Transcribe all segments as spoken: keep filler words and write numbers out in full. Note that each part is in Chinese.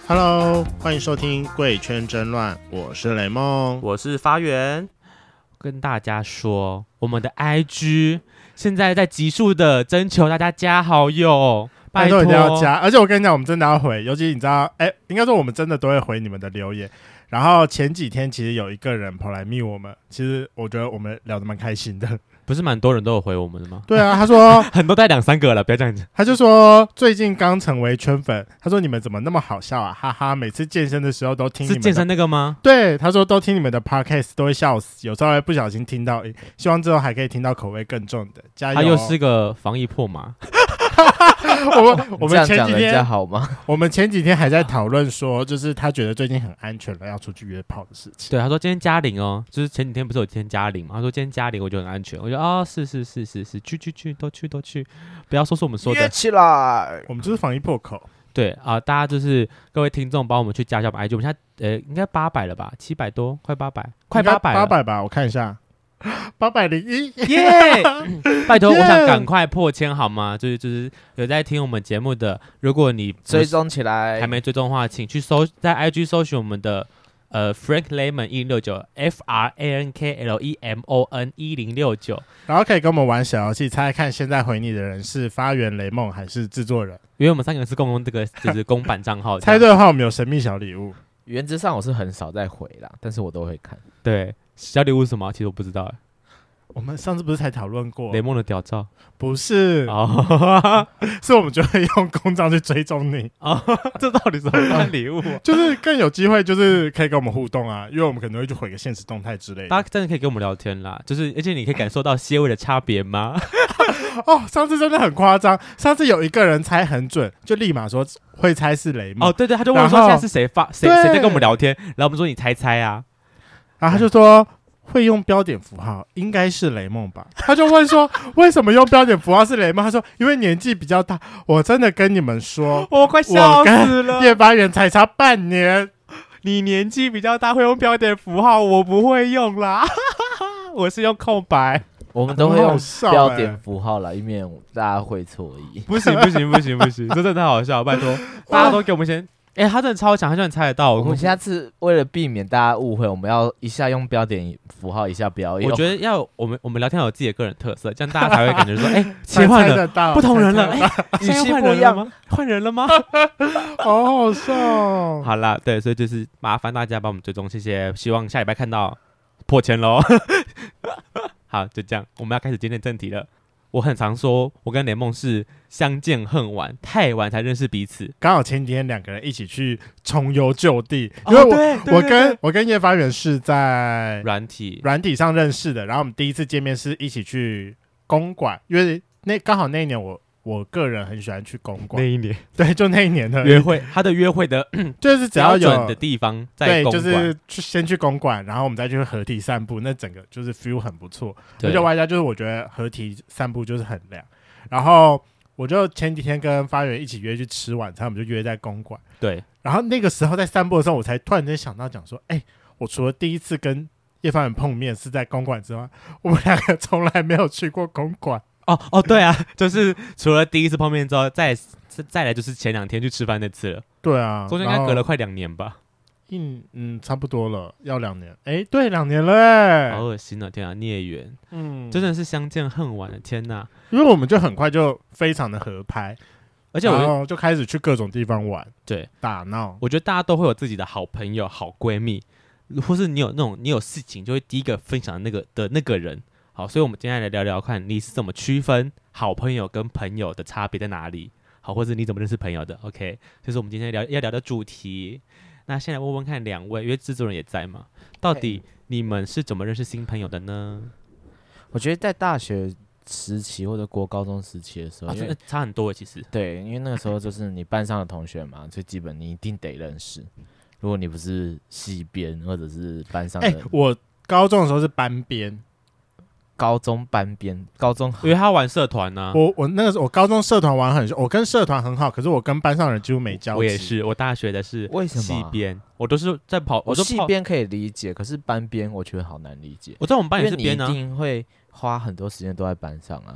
Hello， 欢迎收听《贵圈争乱》，我是雷梦， 我是发源。跟大家说，我们的 I G 现在在急速的征求大家加好友，拜托一定要加。而且我跟你讲，我们真的要回，尤其你知道，哎，应该说我们真的都会回你们的留言。然后前几天其实有一个人跑来密我们，其实我觉得我们聊得蛮开心的。 不是蛮多人都有回我们的吗？ 对啊，他说很多带两三个了，不要这样子。 他就说最近刚成为圈粉，他说你们怎么那么好笑啊，哈哈！每次健身的时候都听你们的， 是健身那个吗？ 对，他说都听你们的 podcast 都会笑死，有时候会不小心听到，希望之后还可以听到口味更重的，加油！ 他又是个防疫破马。 我们我们前几天好吗？ 我们前几天还在讨论说，就是他觉得最近很安全了，要出去约炮的事情。 对，他说今天加零哦，就是前几天不是有今天加零嘛？他说今天加零，我就很安全。我觉得哦，是是是是是，去去去，都去都去，不要说是我们说的。 约起来， 我们就是防疫破口。 对啊、呃，大家就是各位听众，帮我们去加一下我们 I G， 我们现在呃应该八百了吧，七百多，快八百，快八百， 八百吧，我看一下。八百零一， 耶！拜托， yeah! 我想赶快破千好吗？就是就是有在听我们节目的，如果你追踪起来还没追踪的话，请去搜在 I G 搜寻我们的呃 Frank Lemon 一零六九 F R A N K L E M O N 一零六九， 然后可以跟我们玩小游戏，猜猜看现在回你的人是发源雷梦还是制作人？ 因为我们三个人是共用这个就是公版账号， 猜对的话我们有神秘小礼物。 原则上我是很少在回啦，但是我都会看。 对，小礼物是什么？其实我不知道哎。 我们上次不是才讨论过雷梦的屌照？ 不是， 哦， 是我们就会用公账去追踪你。 哦，这到底是什么礼物？ 就是更有机会，就是可以跟我们互动啊，因为我们可能会去回个现实动态之类的。 大家真的可以跟我们聊天啦，就是而且你可以感受到些微的差别吗？ 哦，上次真的很夸张，上次有一个人猜很准，就立马说会猜是雷梦。 哦，对对，他就问说现在是谁发谁谁在跟我们聊天，然后我们说你猜猜啊， 然后他就说。会用标点符号，应该是雷梦吧？他就问说，为什么用标点符号是雷梦？他说，因为年纪比较大。我真的跟你们说， 我快笑死了。 叶发源才差半年， 你年纪比较大，会用标点符号，我不会用啦，我是用空白。 我们都会用标点符号啦，以免大家会错意。 不行不行不行不行，这真的太好笑了，拜托，大家都给我们先。哎、欸，他真的超强，他就能猜得到。 我们下次为了避免大家误会，我们要一下用标点符号，一下不要用。 我觉得要我们我们聊天有自己的个人特色，这样大家才会感觉说，哎、欸，切换了，不同人了，哎、欸，现在换人了吗？换人了吗？ 好好笑。 好啦，对，所以就是麻烦大家帮我们追踪，谢谢。希望下礼拜看到破千喽。好，就这样，我们要开始今天正题了。我很常说，我跟雷梦是相见恨晚，太晚才认识彼此。 刚好前几天两个人一起去重游旧地，因为我、哦、对对对对我跟我跟叶发源是在软体软体上认识的，然后我们第一次见面是一起去公馆，因为那刚好那一年我我个人很喜欢去公馆。 那一年， 对，就那一年的约会，他的约会的就是只要有的地方在公馆， 对，就是去先去公馆，然后我们再去河堤散步，那整个就是 feel 很不错。而且外加就是我觉得河堤散步就是很凉，然后我就前几天跟发源一起约去吃晚餐，我们就约在公馆。 对， 然后那个时候在散步的时候，我才突然间想到讲说，哎、欸，我除了第一次跟叶发源碰面是在公馆之外，我们两个从来没有去过公馆。 哦哦，对啊，就是除了第一次碰面之后，再再来就是前两天去吃饭那次了。 对啊， 中间应该隔了快两年吧。 嗯嗯，差不多了，要两年。哎，对，两年了哎， 好恶心啊！天啊，孽缘，嗯，真的是相见恨晚的天哪！ 因为我们就很快就非常的合拍， 而且我然后就开始去各种地方玩， 对， 打闹。 我觉得大家都会有自己的好朋友、好闺蜜，或是你有那种你有事情就会第一个分享的那个的那个人。好，所以我们今天来聊聊看，你是怎么区分好朋友跟朋友的差别在哪里？好，或者你怎么认识朋友的 ？OK， 这是我们今天聊要聊的主题。那先来问问看两位，因为制作人也在嘛，到底你们是怎么认识新朋友的呢？ 我觉得在大学时期或者国高中时期的时候， 啊、差很多其实。 对，因为那个时候就是你班上的同学嘛，最基本你一定得认识。如果你不是系编或者是班上的， 哎、欸，我高中的时候是班编。 高中班编，高中因为他玩社团呢、啊。 我我那个时候我高中社团玩很，我跟社团很好，可是我跟班上人几乎没交集。 我也是，我大学的是系编，我都是在跑。 我系编可以理解，可是班编我觉得好难理解。 我在我们班也是编啊， 因为你一定会花很多时间都在班上啊。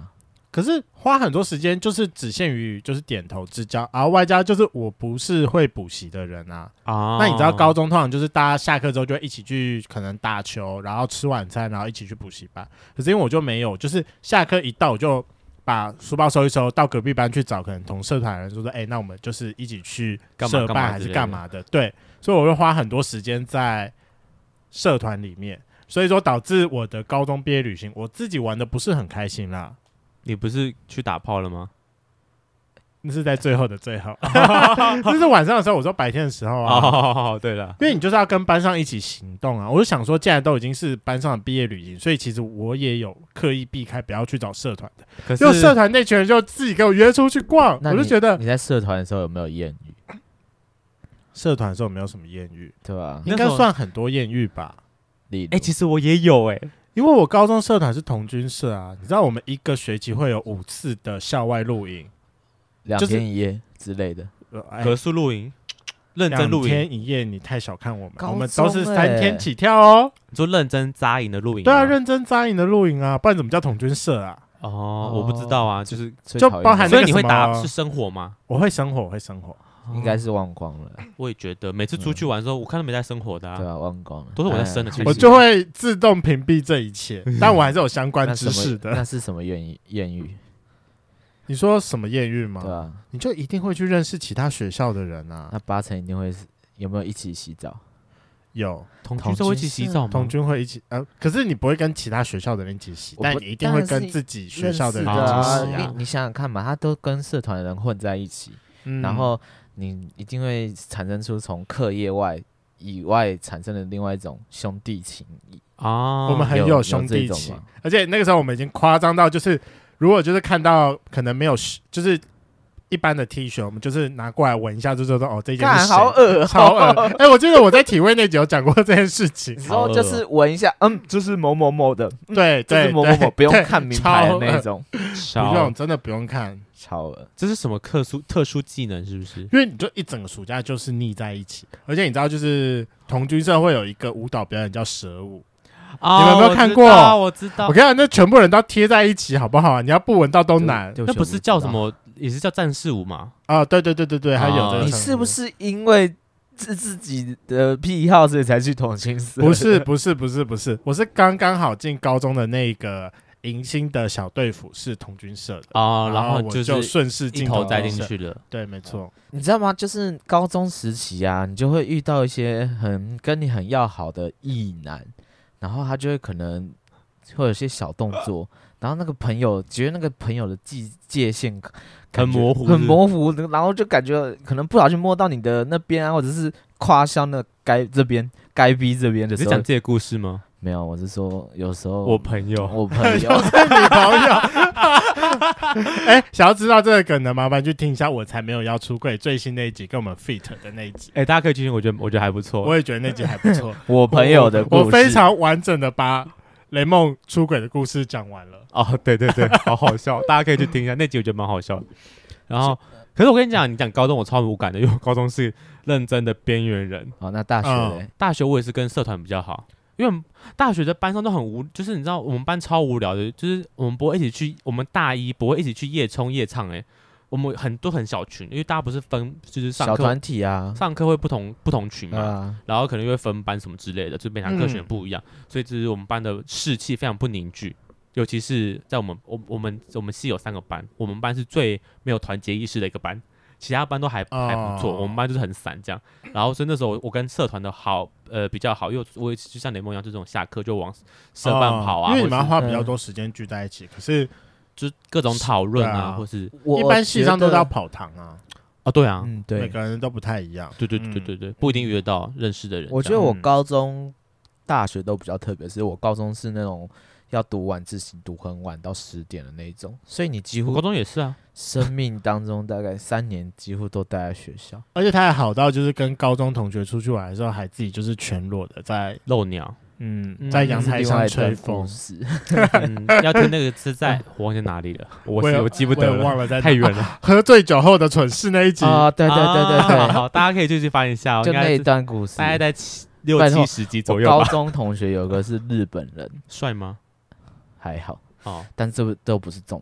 可是花很多时间就是只限于就是点头之交，而外加就是我不是会补习的人啊。 啊， 那你知道高中通常就是大家下课之后就会一起去可能打球，然后吃晚餐，然后一起去补习班。可是因为我就没有，就是下课一到我就把书包收一收，到隔壁班去找可能同社团的人说说，哎、欸，那我们就是一起去社办还是干嘛的？对，所以我会花很多时间在社团里面，所以说导致我的高中毕业旅行我自己玩的不是很开心啦。 你不是去打炮了吗？ 那是在最后的最后，那是晚上的时候。我说白天的时候啊， 哦，对了， 因为你就是要跟班上一起行动啊。我就想说，既然都已经是班上的毕业旅行，所以其实我也有刻意避开，不要去找社团的。 可是就社团那群人就自己给我约出去逛，我就觉得你在社团的时候有没有艳遇？ 社团的时候没有什么艳遇， 对吧？ 应该算很多艳遇吧。 哎、 欸，其实我也有哎、欸。 因为我高中社团是童军社啊，你知道我们一个学期会有五次的校外露营， 两天一夜之类的， 呃哎、 格宿露营，认真露营， 两天一夜，你太小看我们， 欸、 我们都是三天起跳哦。 你说认真扎营的露营？ 对啊，认真扎营的露营啊，不然怎么叫童军社啊？ 哦，哦我不知道啊，就是就包含那个什么， 所以你会打是生火吗？ 我会生火，我会生火。 应该是忘光了。 我也觉得每次出去玩的时候，我看到没在生活的、啊， 对啊，忘光了， 都是我在生的。 我就会自动屏蔽这一切，但我还是有相关知识的。 那, 那是什么艳遇？艳遇？ 你说什么艳遇吗？ 对啊， 你就一定会去认识其他学校的人啊。 那八成一定会有没有一起洗澡？ 有， 童军都会一起洗澡吗？ 童军会一起，呃，可是你不会跟其他学校的人一起洗，但你一定会跟自己学校的人一起洗啊。 你你想想看嘛，他都跟社团的人混在一起，嗯、然后。你一定会产生出从课业外以外产生的另外一种兄弟情谊啊！ 我们很有兄弟情，而且那个时候我们已经夸张到，就是如果就是看到可能没有，就是一般的 T 恤，我们就是拿过来闻一下，就说哦，这件是谁？ 好恶， 超恶！哎、欸，我记得我在体味那集有讲过这件事情， 然后就是闻一下，嗯，就是某某某的， 对， 就是某某某，不用看名牌的那种， 不用，真的不用看。 超恶， 这是什么特殊特殊技能？是不是？ 因为你就一整个暑假就是腻在一起，而且你知道，就是童军社会有一个舞蹈表演叫蛇舞， 哦、 你们有没有看过？ 我知道， 我跟你讲，那全部人都贴在一起，好不好、啊？你要不闻到都难。 那不是叫什么？也是叫战士舞吗？ 啊，对对对对对，还有这个。 你是不是因为是自己的癖好，所以才去童军社？ 不是不是不是不是，我是刚刚好进高中的那个。迎新的小队服是童军社的哦， 然后我就顺势一头栽进去了。 对，没错。 你知道吗？就是高中时期啊，你就会遇到一些很跟你很要好的异男，然后他就会可能会有些小动作，然后那个朋友觉得那个朋友的界界限很模糊， 很模糊，然后就感觉可能不小心摸到你的那边啊，或者是胯下那该这边该逼这边的时候。 你是讲这些故事吗？ 没有，我是说有时候我朋友， 我朋友是女朋友。哎、欸，想要知道这个梗的，麻烦去听一下。我才没有要出柜最新那一集，跟我们 fit 的那一集。 哎、欸，大家可以去听，我觉得我觉得还不错。 我也觉得那集还不错。 我朋友的故事我，我非常完整的把雷梦出轨的故事讲完了。 哦，对对对，好好笑，大家可以去听一下那集，我觉得蛮好笑的。然后，可是我跟你讲，你讲高中我超无感的，因为我高中是认真的边缘人。 哦，那大学嘞、 嗯？大学我也是跟社团比较好。因为我们大学的班上都很无，就是你知道我们班超无聊的，就是我们不会一起去，我们大一不会一起去夜冲夜唱、欸，哎，我们很多很小群，因为大家不是分就是上课小团体啊， 上课会不同不同群嘛， 啊、 然后可能又会分班什么之类的，就每堂课选不一样，嗯、所以这是我们班的士气非常不凝聚，尤其是在我们我我们我们系有三个班，我们班是最没有团结意识的一个班。其他班都还还不错， oh. 我们班就是很散这样。然后所以那时候我跟社团的好呃比较好，因为我也就像雷梦一样，就这种下课就往社办跑啊， oh. 因为你们要花比较多时间聚在一起，可是就各种讨论啊， 啊， 或是一般系上都是要跑堂啊。 哦，对啊， 嗯，对， 每个人都不太一样。 对对对对对，不一定遇得到认识的人。 我觉得我高中、大学都比较特别，是我高中是那种要读晚自习，读很晚到十点的那一种，所以你几乎我高中也是啊， 生命当中大概三年几乎都待在学校， 而且他还好到就是跟高中同学出去玩的时候，还自己就是全裸的在露鸟， 嗯，在阳台上吹风。 嗯，要听那个是在我忘记哪里了，我我记不得了， 忘了在太远了。 啊、喝醉酒后的蠢事那一集啊，对对对对对， 啊、好，大家可以继续翻一下、哦， 就那一段故事， 大概在七六七十集左右吧。 我高中同学有个是日本人， 帅吗？ 还好哦， 但这都不是重点。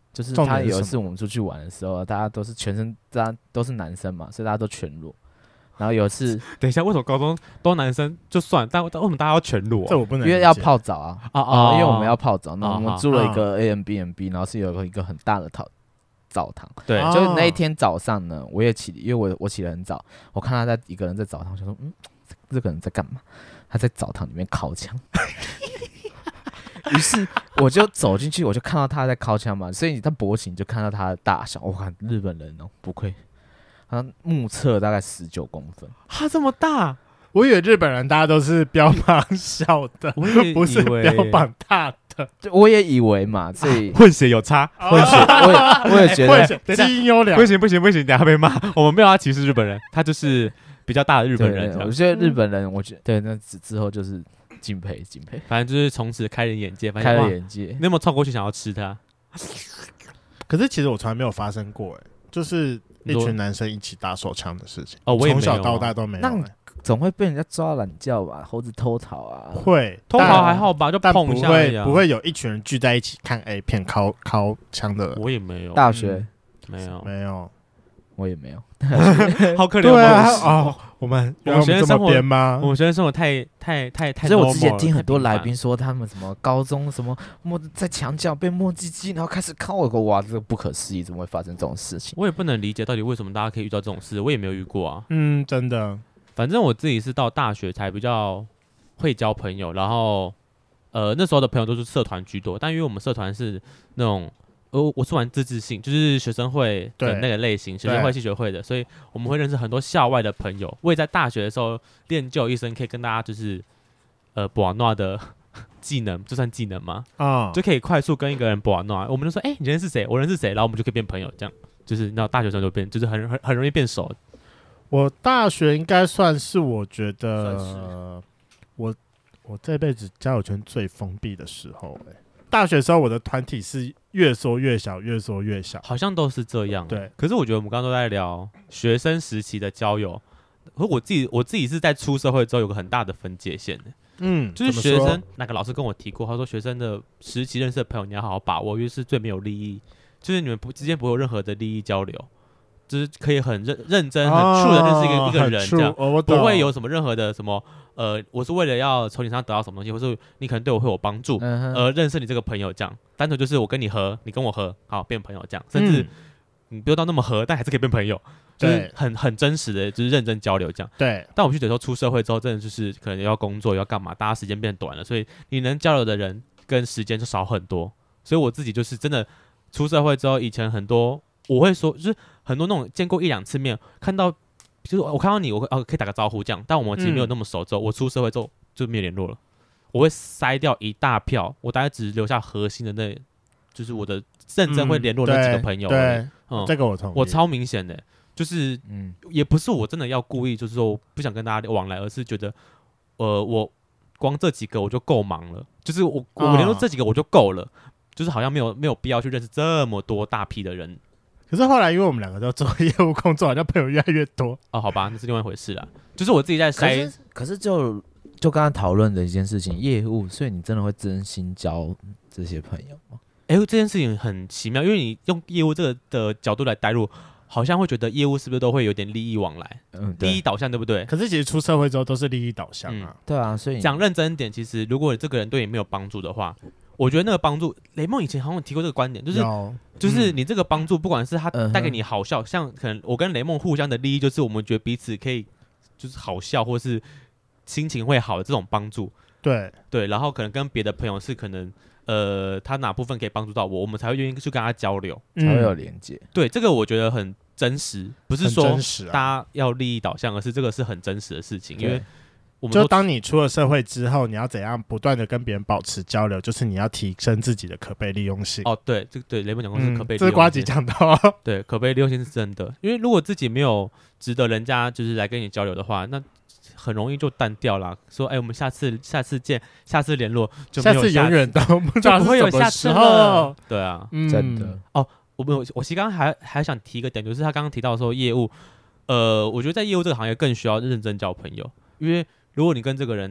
就是他有一次我们出去玩的时候，大家都是全身，大家都是男生嘛，所以大家都全裸。然后有一次， 等一下，为什么高中都男生就算，但但为什么大家要全裸、啊？ 这我不能， 因为要泡澡啊啊啊！因为我们要泡澡，那、 啊、 我们租了一个 A M B N B，、啊、然后是有一个很大的澡澡堂。 对， 啊、 就那一天早上呢，我也起，因为我我起得很早，我看他在一个人在澡堂，我想说，嗯，这个人在干嘛？他在澡堂里面靠枪。于是我就走进去，我就看到他在靠枪嘛，所以你在勃起你就看到他的大小。我看日本人哦，不愧，他目测大概十九公分， 他这么大。 我以为日本人大家都是标榜小的，不是标榜大的。 我也以为嘛，所以、 啊、混血有差， 混血，我也我也觉得基因优良。 不行不行不行，等下被骂。我们没有要歧视日本人，他就是比较大的日本人。 我觉得日本人，我觉得对，那之之后就是敬佩敬佩， 反正就是从此开人眼界， 开了眼界。 你有没有凑过去想要吃它？ 可是其实我从来没有发生过，哎，就是一群男生一起打手枪的事情。 哦，我也从小到大都没有。 那总会被人家抓懒觉吧？猴子偷桃啊？ 会偷桃还好吧，就碰一下而已、啊。 不会不会有一群人聚在一起看 A 片、敲敲枪的。 我也没有。 大学、 嗯、没有没有， 我也没有。 好可怜。 对啊，哦，我们我们学生生活边吗？ 我们学生生活太太太太。 所以我之前听很多来宾说，他们什么高中什么摸在墙角被摸鸡鸡，然后开始看我，哇，这个不可思议，怎么会发生这种事情？ 我也不能理解到底为什么大家可以遇到这种事，我也没有遇过啊。 嗯，真的。 反正我自己是到大学才比较会交朋友，然后呃那时候的朋友都是社团居多，但因为我们社团是那种呃我是玩自治性，就是学生会的那个类型，学生会系学会的，所以我们会认识很多校外的朋友。我也在大学的时候练就一身可以跟大家就是呃博诺的技能，这算技能吗？啊、嗯，就可以快速跟一个人博诺。我们就说，哎、欸，你认识谁？我认识谁？然后我们就可以变朋友，这样就是那大学生就变，就是很很很容易变熟。 我大学应该算是我觉得我我这辈子交友圈最封闭的时候、欸。大学的时候我的团体是越缩越小，越缩越小， 好像都是这样。 对， 可是我觉得我们刚刚都在聊学生时期的交友，可我自己我自己是在出社会之后有个很大的分界线的。 嗯， 就是学生那个老师跟我提过，他说学生的时期认识的朋友你要好好把握，因为是最没有利益，就是你们不之间不会有任何的利益交流。就是可以很认认真、很 true 的认识一个、哦、一个人，这样、 哦、 不会有什么任何的什么呃，我是为了要从你身上得到什么东西，或是你可能对我会有帮助，而、呃、认识你这个朋友，这样单纯就是我跟你合，你跟我合，好变朋友这样，甚至你不用到那么合，但还是可以变朋友，就是很很真实的，就是认真交流这样。 对。 但我们去等说出社会之后，真的就是可能要工作要干嘛，大家时间变短了，所以你能交流的人跟时间就少很多。所以我自己就是真的出社会之后，以前很多。我会说，就是很多那种见过一两次面，看到，就是我看到你，我会哦可以打个招呼这样，但我们其实没有那么熟。之后、嗯、我出社会之后就没有联络了，我会筛掉一大票，我大概只留下核心的那，就是我的认真会联络的那几个朋友。 嗯、对， 嗯， 这个我同意。 我超明显的，就是嗯，也不是我真的要故意，就是说我不想跟大家往来，而是觉得，呃，我光这几个我就够忙了，就是我我联络这几个我就够了，嗯、就是好像没有没有必要去认识这么多大批的人。 可是后来，因为我们两个都做业务工作，好像朋友越来越多哦。好吧，那是另外一回事啦。就是我自己在筛， 可是可是就就刚刚讨论的一件事情，业务，所以你真的会真心交这些朋友吗？ 哎、欸，这件事情很奇妙，因为你用业务这个的角度来带入，好像会觉得业务是不是都会有点利益往来，嗯，利益导向，对不对？ 可是其实出社会之后都是利益导向啊。 嗯、对啊，所以讲认真一点，其实如果这个人对你没有帮助的话。我觉得那个帮助，雷梦以前好像提过这个观点，就是就是你这个帮助，不管是他带给你好笑，嗯、像可能我跟雷梦互相的利益，就是我们觉得彼此可以就是好笑，或是心情会好的这种帮助。 对对，然后可能跟别的朋友是可能呃他哪部分可以帮助到我，我们才会愿意去跟他交流， 才会有连接。 对，这个我觉得很真实，不是说大家要利益导向，而是这个是很真实的事情，因为。我们就当你出了社会之后，你要怎样不断的跟别人保持交流，就是你要提升自己的可被利用性。 哦，对，这对雷蒙讲过是可被利用性， 嗯、这是呱吉讲的、哦。 对，可被利用性是真的，因为如果自己没有值得人家就是来跟你交流的话，那很容易就淡掉了。说，哎、欸，我们下次下次见，下次联络就没有下次， 下次永远都不知道就不会有下次了。对啊， 嗯、真的。 哦，我们我其实刚刚还还想提一个点，就是他刚刚提到说业务，呃，我觉得在业务这个行业更需要认真交朋友，因为。如果你跟这个人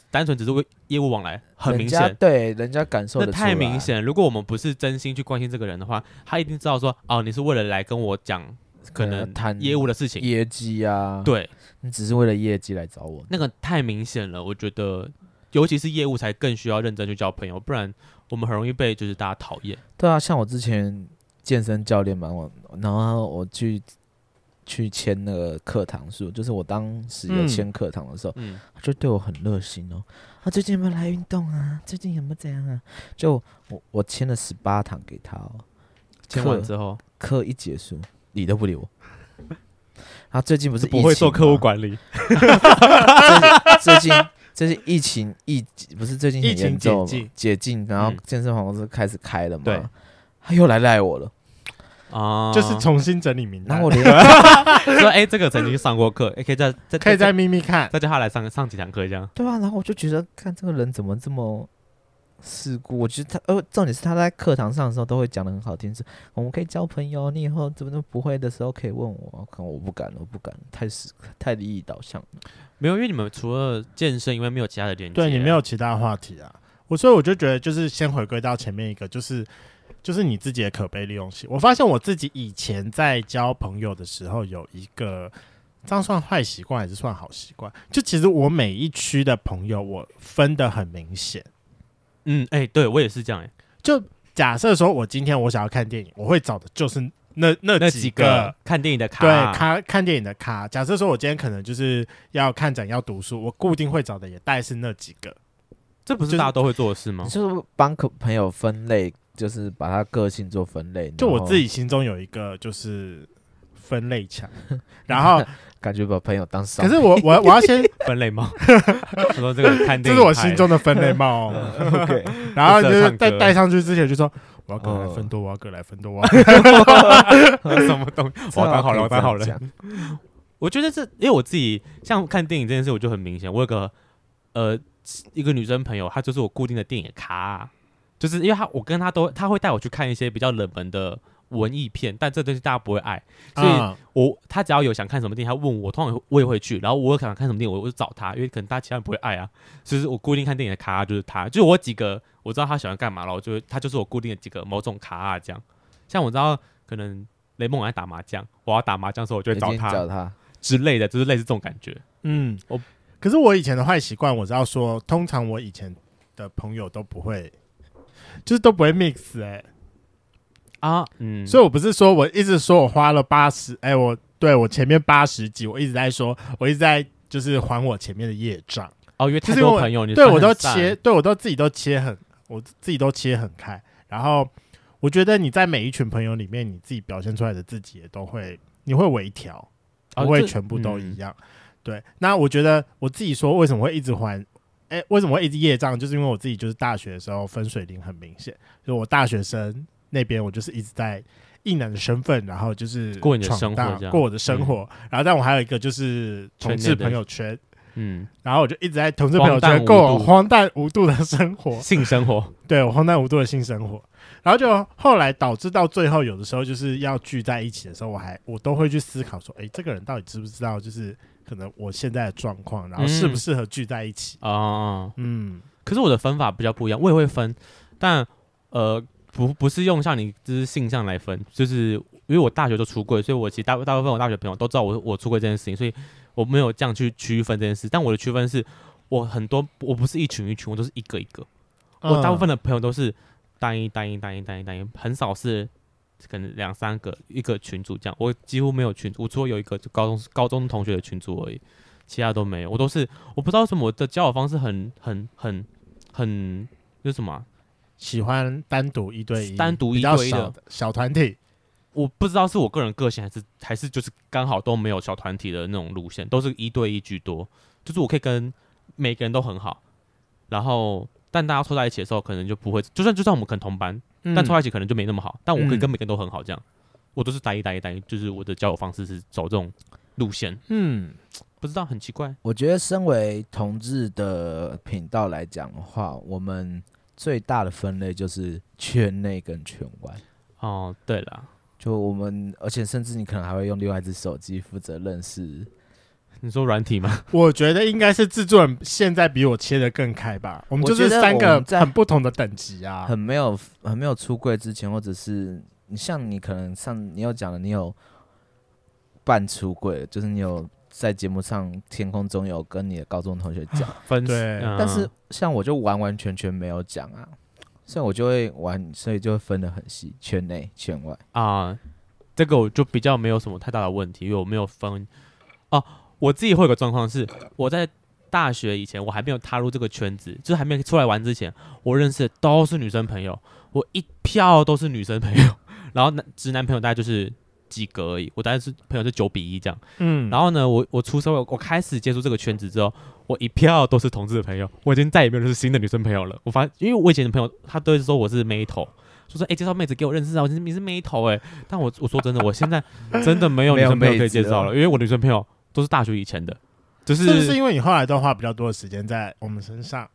单纯只是为业务往来，很明人家显， 对人家感受那得出来太明显。如果我们不是真心去关心这个人的话，他一定知道说，哦，你是为了来跟我讲可能谈业务的事情， 业绩啊， 对， 你只是为了业绩来找我， 那个太明显了。我觉得，尤其是业务才更需要认真去交朋友，不然我们很容易被就是大家讨厌。 对啊，像我之前健身教练嘛，我然后我去去签那个课堂数，就是我当时有签课堂的时候， 嗯， 他就对我很热心哦。啊，最近有没有来运动啊？最近有没有怎样啊？就我我签了十八堂给他哦， 签完之后， 课一结束，理都不理我。他最近不是不会做客户管理， 最近最近疫情疫不是最近很疫情严重解禁解禁，然后嗯健身房不是开始开了嘛？ 对， 他又来赖我了。 啊， 就是重新整理名单， 然后我连说，哎，这个曾经上过课，哎，可以再再可以再咪咪看， 再叫他来上上几堂课这样。 对啊，然后我就觉得，看这个人怎么这么世故？我觉得他，呃，重点是他在课堂上的时候都会讲的很好听，是我们可以交朋友，你以后怎么都不会的时候可以问我。可能我不敢了，我不敢了，太死太利益导向了。 没有，因为你们除了健身，因为没有其他的连接， 对你没有其他话题啊。我所以我就觉得，就是先回归到前面一个，就是就是你自己的可被利用性。我发现我自己以前在交朋友的时候，有一个这样算坏习惯还是算好习惯？就其实我每一区的朋友，我分得很明显。 嗯，哎、欸，对我也是这样、欸，哎， 就假设说我今天我想要看电影，我会找的就是那那那几个， 几个看电影的咖， 对，咖看电影的咖。假设说我今天可能就是要看展要读书，我固定会找的也大概是那几个。 这不是大家都会做的事吗？ 就是帮朋友分类，就是把他个性做分类。 就我自己心中有一个就是分类墙，然后感觉把朋友当商品。 可是我我我要先分类帽，我说这个看电影， 这是我心中的分类帽、哦。 OK， 然后就是在戴上去之前就说我要各来分多，我要各来分多，我要什么东西？我要当好人，我当好人。我觉得这，因为我自己像看电影这件事，我就很明显。我有个呃一个女生朋友，她就是我固定的电影咖、啊，就是因为她我跟她都，她会带我去看一些比较冷门的文艺片，但这东西大家不会爱，所以我她只要有想看什么电影，她问我，通常我也会去。然后我有想看什么电影，我就找她，因为可能大家其他人不会爱啊。就是我固定看电影的咖就是她，就是我几个我知道她喜欢干嘛，然后就她就是我固定的几个某种咖啊这样。像我知道可能雷梦爱打麻将，我要打麻将的时候，我就会找她找她之类的，就是类似这种感觉。 嗯，我可是我以前的坏习惯，我知道说，通常我以前的朋友都不会，就是都不会 mix 哎、欸。 啊，嗯， 所以我不是说我一直说我花了八十，哎，我对我前面八十集，我一直在说，我一直在就是还我前面的业障。 哦，因为太多朋友，你对我都切，对我都自己都切很，我自己都切很开。然后我觉得你在每一群朋友里面，你自己表现出来的自己也都会，你会微调，不会全部都一样。哦嗯、对，那我觉得我自己说为什么会一直还，哎，为什么会一直业障，就是因为我自己就是大学的时候分水岭很明显，就是我大学生。那边我就是一直在异男的身份，然后就是过你的生活， 过我的生活。嗯、然后，但我还有一个就是同志朋友圈，嗯，然后我就一直在同志朋友圈过我荒诞无度的生活， 性生活， 对我荒诞无度的性生活。然后就后来导致到最后，有的时候就是要聚在一起的时候，我还我都会去思考说，哎，这个人到底知不知道，就是可能我现在的状况，然后适不适合聚在一起啊？嗯， 嗯可是我的分法比较不一样，我也会分，但呃。不不是用像你就是性向来分，就是因为我大学就出柜，所以我其实大大部分我大学朋友都知道我我出柜这件事情，所以我没有这样去区分这件事。但我的区分是，我很多我不是一群一群，我都是一个一个。嗯、我大部分的朋友都是单一单一单一单一单一，很少是可能两三个一个群组这样。我几乎没有群组，我除了有一个高中高中同学的群组而已，其他都没有。我都是我不知道为什么我的交友方式很很很很就是什么、啊。 喜欢单独一对一， 单独一对一的小团体， 我不知道是我个人个性，还是还是就是刚好都没有小团体的那种路线，都是一对一居多。就是我可以跟每个人都很好，然后但大家凑在一起的时候，可能就不会，就算就算我们可能同班，嗯、但凑在一起可能就没那么好。但我可以跟每个人都很好，这样、嗯、我都是单一单一单一，就是我的交友方式是走这种路线。嗯，不知道很奇怪。 我觉得身为同志的频道来讲的话，我们最大的分类就是圈内跟圈外。 哦，对啦， 就我们，而且甚至你可能还会用另外一只手机负责认识你说软体吗？ 我觉得应该是制作人现在比我切的更开吧。我们就是三个很不同的等级啊， 很没有很没有出柜之前，或者是你像你可能上你有讲的，你有半出柜，就是你有在节目上天空中有跟你的高中同学讲， 分对、 嗯， 但是像我就完完全全没有讲啊，所以我就会玩，所以就会分得很细，圈内圈外啊。这个我就比较没有什么太大的问题，因为我没有分哦。我自己会有个状况是，我在大学以前，我还没有踏入这个圈子，就是还没出来玩之前，我认识的都是女生朋友，我一票都是女生朋友，然后直男朋友大概就是几个而已，我大概是朋友是九比一这样。嗯，然后呢，我我出社会，我开始接触这个圈子之后，我一票都是同志的朋友，我已经再也没有认识新的女生朋友了。我发现，因为我以前的朋友他都会说我是妹头。就说哎、欸，介绍妹子给我认识啊！我你是妹头哎，但我我说真的，我现在真的没有女生朋友可以介绍了，因为我女生朋友都是大学以前的，就是是不是因为你后来都花比较多的时间在我们身上？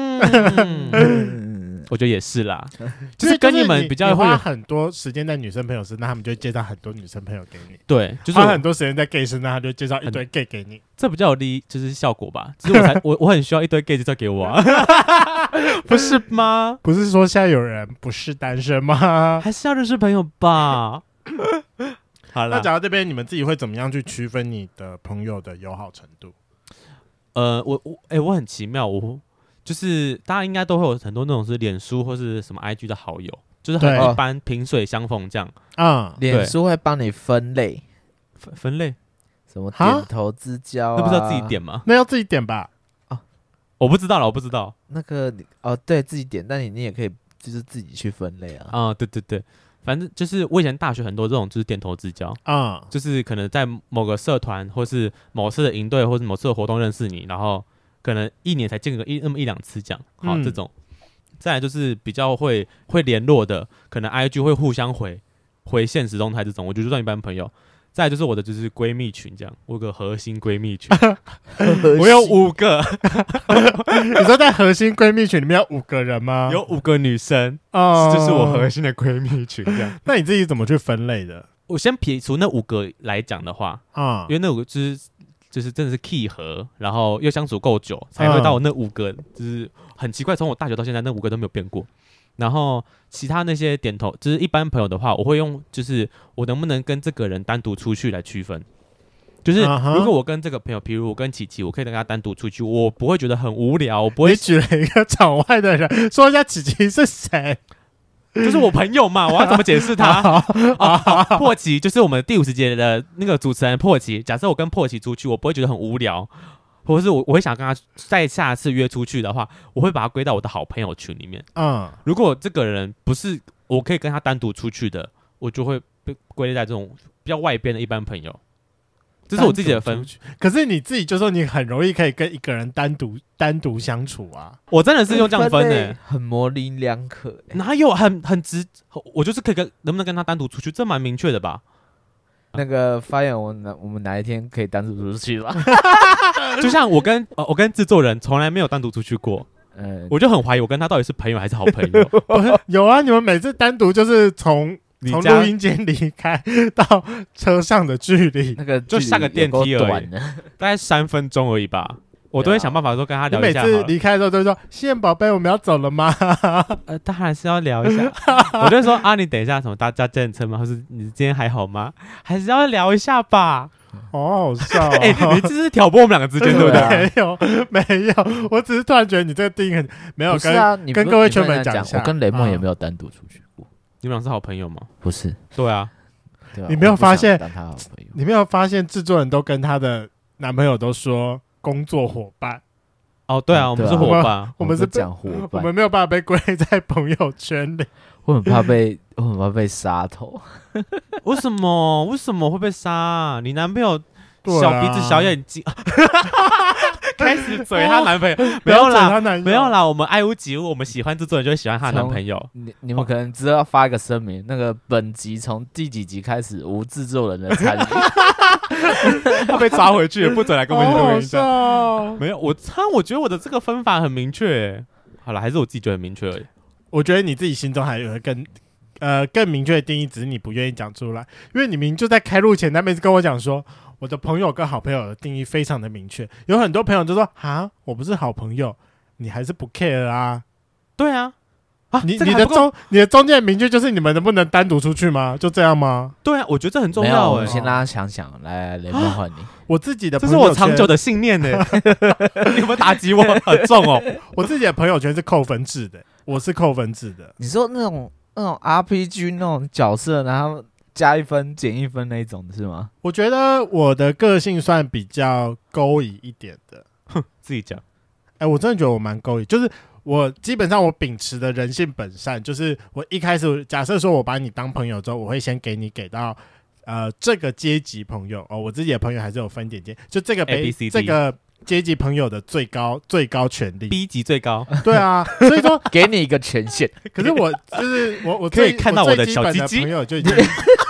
嗯，我觉得也是啦，就是跟你们比较会花很多时间在女生朋友身上，他们就会介绍很多女生朋友给你。 对，就是花很多时间在 gay 身上，他就介绍一堆 gay 给你， 这比较有利，就是效果吧。只是我才我我很需要一堆 gay 介绍给我啊，不是吗？ 不是说现在有人不是单身吗？ 还是要认识朋友吧。好了， 那讲到这边，你们自己会怎么样去区分你的朋友的友好程度？ 呃，我我哎、欸，我很奇妙，我就是大家应该都会有很多那种是脸书或是什么 I G 的好友，就是很一般萍水相逢这样。 啊、 嗯，脸书会帮你分类， 分分类什么点头之交、啊， 那不是要自己点吗？ 那要自己点吧？ 啊，我不知道了，我不知道。 那个哦，对自己点，但你你也可以就是自己去分类啊。 啊、嗯，对对对。反正就是我以前大学很多这种就是点头之交啊、嗯，就是可能在某个社团或是某次的营队或是某次的活动认识你，然后可能一年才见个一那么一两次这样，好、嗯、这种。再来就是比较会会联络的，可能 I G 会互相回回现实动态这种，我觉得就算一般朋友。再来就是我的就是闺蜜群这样，我有个核心闺蜜群，我有五个。 你说在核心闺蜜群里面有五个人吗？ 有五个女生，哦，这是我核心的闺蜜群这样。 那你自己怎么去分类的？ 我先撇除那五个来讲的话，啊、嗯，因为那五个就是就是真的是 key 合，然后又相处够久，才会到我那五个，就是很奇怪，从我大学到现在那五个都没有变过。然后其他那些点头，就是一般朋友的话，我会用就是我能不能跟这个人单独出去来区分。就是如果我跟这个朋友，比如我跟琪琪，我可以跟他单独出去，我不会觉得很无聊，我不会。 你举了一个场外的人，说一下琪琪是谁？ 就是我朋友嘛，我要怎么解释他？啊，破奇就是我们第五十节的那个主持人破奇。假设我跟破奇出去，我不会觉得很无聊。或者是我我会想跟他再下次约出去的话，我会把他归到我的好朋友群里面。嗯，如果这个人不是我可以跟他单独出去的，我就会被归类在这种比较外边的一般朋友。这是我自己的分。 可是你自己就说你很容易可以跟一个人单独单独相处啊。 我真的是用这样分的、欸， 很模棱两可、欸。 哪有很很直？我就是可以跟能不能跟他单独出去，这蛮明确的吧？ 那个发言，我哪我们哪一天可以单独出去吧？ 就像我跟、呃、我跟制作人从来没有单独出去过，嗯，我就很怀疑我跟他到底是朋友还是好朋友。 有啊，你们每次单独就是从从录音间离开到车上的距离， 那个就下个电梯而已，大概三分钟而已吧。我都会想办法说跟他聊一下。 你每次离开的时候都会说：“线宝贝，我们要走了吗？” 呃，当然是要聊一下。我就会说啊，你等一下什么搭搭计程车吗？或是你今天还好吗？还是要聊一下吧。 哦，好笑、哦！ 哎、欸，你这是挑拨我们两个之间，对不对？ 没有，没有，我只是突然觉得你这个定义很没有跟、 啊、 跟各位圈粉讲一下。 我跟雷梦也没有单独出去过。 你们俩是好朋友吗？ 不是。 对啊。 对啊， 你没有发现？ 他你没有发现制作人都跟他的男朋友都说工作伙伴。 哦，对啊，嗯、我们是伙伴， 我们是讲伙伴， 我们没有办法被归在朋友圈里。 我很怕被，我很怕被杀头。 为什么？为什么会被杀、啊？你男朋友小鼻子小眼睛，啊、开始嘴她男朋友，没有啦，没有啦，我们爱屋及乌，我们喜欢制作人就会喜欢她男朋友。 你你们可能只要发一个声明，那个本集从第几集开始无制作人的参与。 他被抓回去，不准来跟我们录音。 哦、 没有，我他我觉得我的这个分法很明确。好了，还是我自己觉得很明确而已。 我觉得你自己心中还有更呃更明确的定义，只是你不愿意讲出来。因为你明明就在开录前，他每次跟我讲说， 我的朋友跟好朋友的定义非常的明确，有很多朋友就说啊，我不是好朋友，你还是不 care 啊？ 对啊，啊， 你这个还不够你的中你的中间明确就是你们能不能单独出去吗？就这样吗？ 对啊，我觉得这很重没有， 要哎、 我先让他想想。来，雷梦换你。 我自己的这是朋友圈我长久的信念呢、你有没有打击我很重哦？ 我自己的朋友圈是扣分制的，我是扣分制的。 你说那种那种 R P G 那种角色，然后加一分减一分那一种是吗？ 我觉得我的个性算比较勾引一点的。 自己讲。 哎、我真的觉得我蛮勾引，就是我基本上我秉持的人性本善，就是我一开始假设说我把你当朋友之后，我会先给你给到呃这个阶级朋友哦，我自己的朋友还是有分点阶，就这个 A B C D 这个阶级朋友的最高最高权利。 B 级最高， 对啊，所以说， 给你一个权限。 可是我就是我我可以最看到我的我最基本小鸡鸡朋友就已经，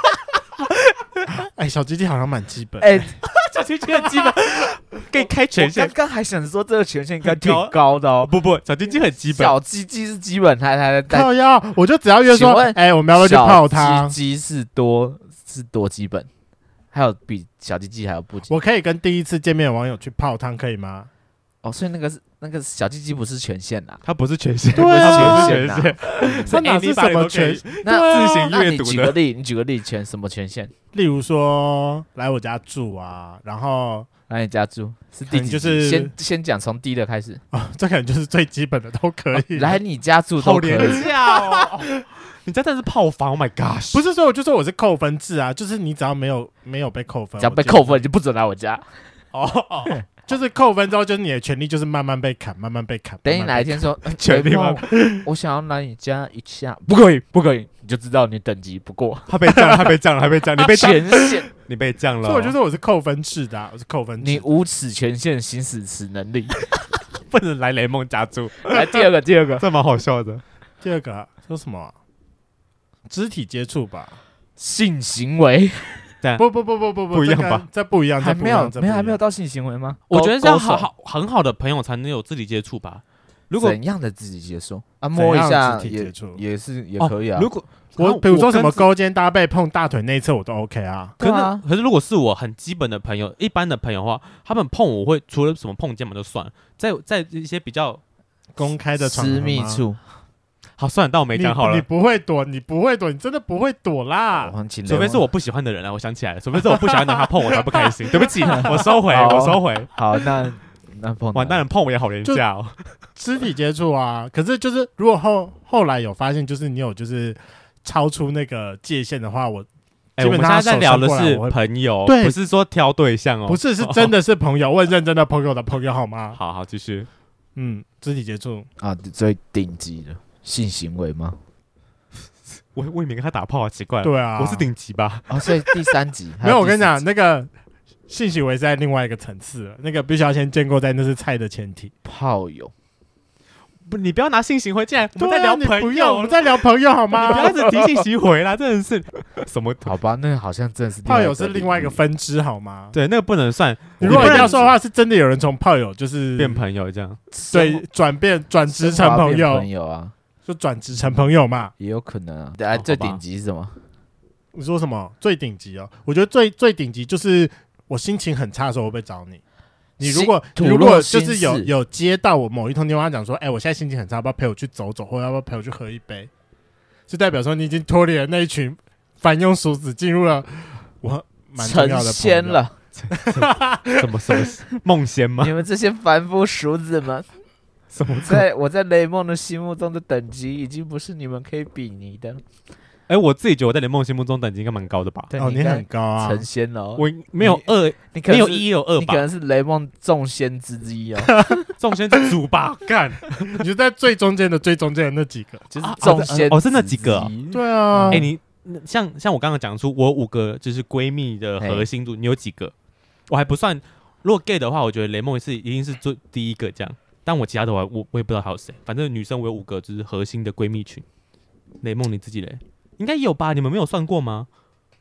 哎，小鸡鸡好像蛮基本。 哎、 小鸡鸡很基本，可以开权我限刚。刚还想说这个权限应该挺很高高的哦。 不不，小鸡鸡很基本。 小鸡鸡是基本，他他他靠腰，我就只要约说， 请问哎、我们要不要去泡汤小？鸡鸡是多是多基本，还有比小鸡鸡还有不基本我可以跟第一次见面的网友去泡汤，可以吗？ 哦，所以那个是那个小鸡鸡不是权限呐。 它不是权限， 对啊它不是权限， 这哪是什么权？ 那对啊自行那你阅读的举个例，你举个例，权什么权限？ 例如说来我家住啊，然后来你家住是第几集？ 可能就是先先讲从低的开始。 哦，这可能就是最基本的都可以。 哦来你家住都好可以。 廉价哦！你家真的是炮房 ，Oh my gosh！ 不是说我就说我是扣分制啊，就是你只要没有没有被扣分， 只要被我基本扣分，你就不准来我家。 哦， 就是扣分之后，就是你的权利就是慢慢被砍，慢慢被砍。 等你慢慢被哪一天说，呃权利吗雷梦我想要来你家一下，不可以，不可以，你就知道你等级不过。 他被降了，他被降了，他被降，你被降， 权限， 你被降了。 砍，所以我就说我是扣分制的、啊，我是扣分制。 你无此权限，行使此能力。 不能来雷梦家住， 来第二个，第二个， 这蛮好笑的。 第二个、啊、说什么啊、肢体接触吧？ 性行为不不不不不不，这跟不一样吧？ 这不一样， 还没有这不一样，这不没有一样还没有到性行为吗？ 我觉得这样勾好好很好的朋友才能有肢体接触吧。如手果怎样的自己接受啊？ 怎摸一样下肢体接也触也是也哦可以啊。 如果我比如说什么跟勾肩搭背、碰大腿内侧，我都 OK 啊。 可是、 对啊可是如果是我很基本的朋友，一般的朋友的话，他们碰我会除了什么碰肩膀就算了，在在一些比较公开的场合私吗密处， 好算了，但我没讲好你，你了。 不会躲，你不会躲，你真的不会躲啦我。忘记了除非是我不喜欢的人啊，我想起来了，除非是我不喜欢的人他碰我才不开心。对不起，我收回， 好我收回。 好，那那碰完蛋了，碰我也好廉价哦。 肢体接触啊，可是就是如果后后来有发现，就是你有就是超出那个界限的话，我哎、 基我们现在在本上手聊的是伸过来我会朋友， 对不是说挑对象哦。 不是是真的是朋友，问认真的朋友的朋友好吗？ 好好继续。 嗯，肢体接触， 啊，最顶级的性行为吗？ 我我也没跟他打炮啊，奇怪了。 对啊， 我是顶级吧？ 哦，所以第三集没有，我跟你讲， 还有那个性行为是在另外一个层次了，那个必须要先建构在那是菜的前提。 第四集炮友， 不，你不要拿性行为进来，我们在对啊聊朋你不要， 友， 我们在聊朋友好你不吗要？一直提性行为啦，真的是什么？ 好吧，那好像真的是炮友是另外一个领域分支好吗？ 对，那个不能算。 你如果不能要说的话，是真的有人从炮友就是变朋友这样。 对转变转职成朋升华变友朋，友啊， 就转职成朋友嘛。 也有可能啊。对啊，最哦好吧顶级是什么？ 你说什么最顶级哦？我觉得最最顶级就是我心情很差的时候我会找你。你如果心你如果吐露就是有心事有接到我某一通电话讲说，哎、我现在心情很差，要不要陪我去走走，或者要不要陪我去喝一杯？是代表说你已经脱离了那一群凡庸俗子，进入了我蛮重成要的朋友。 仙了， 什么什么梦仙吗你？们这些凡夫俗子们， 什么？ 在我在雷梦的心目中的等级，已经不是你们可以比拟的。 哎，我自己觉得我在雷梦心目中等级应该蛮高的吧？ 哦，你对应该很高啊！ 成仙了哦， 我没有二， 你可能是没有一也有二吧？ 你可能是雷梦众仙之一哦， 众仙之主吧？干！ 你就在最中间的最中间的那几个。 就是啊众仙哦是那几个哦之一对啊， 哎，你像像我刚刚讲出我有五个就是闺蜜的核心度，你有几个？我还不算。如果 gay 的话，我觉得雷梦是一定是最第一个这样。但我其他的话，我我也不知道还有谁。反正女生我有五个，就是核心的闺蜜群。雷梦你自己嘞？应该有吧？你们没有算过吗？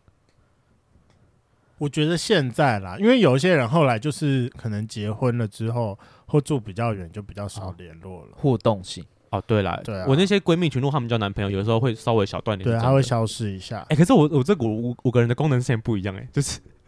我觉得现在啦，因为有一些人后来就是可能结婚了之后，或住比较远，就比较少联络了。 互动性。 哦，对啦， 对啊我那些闺蜜群，如果她们交男朋友，有时候会稍微小断联。 对，他会消失一下。 哎、可是我我这五五五个人的功能线不一样哎、就是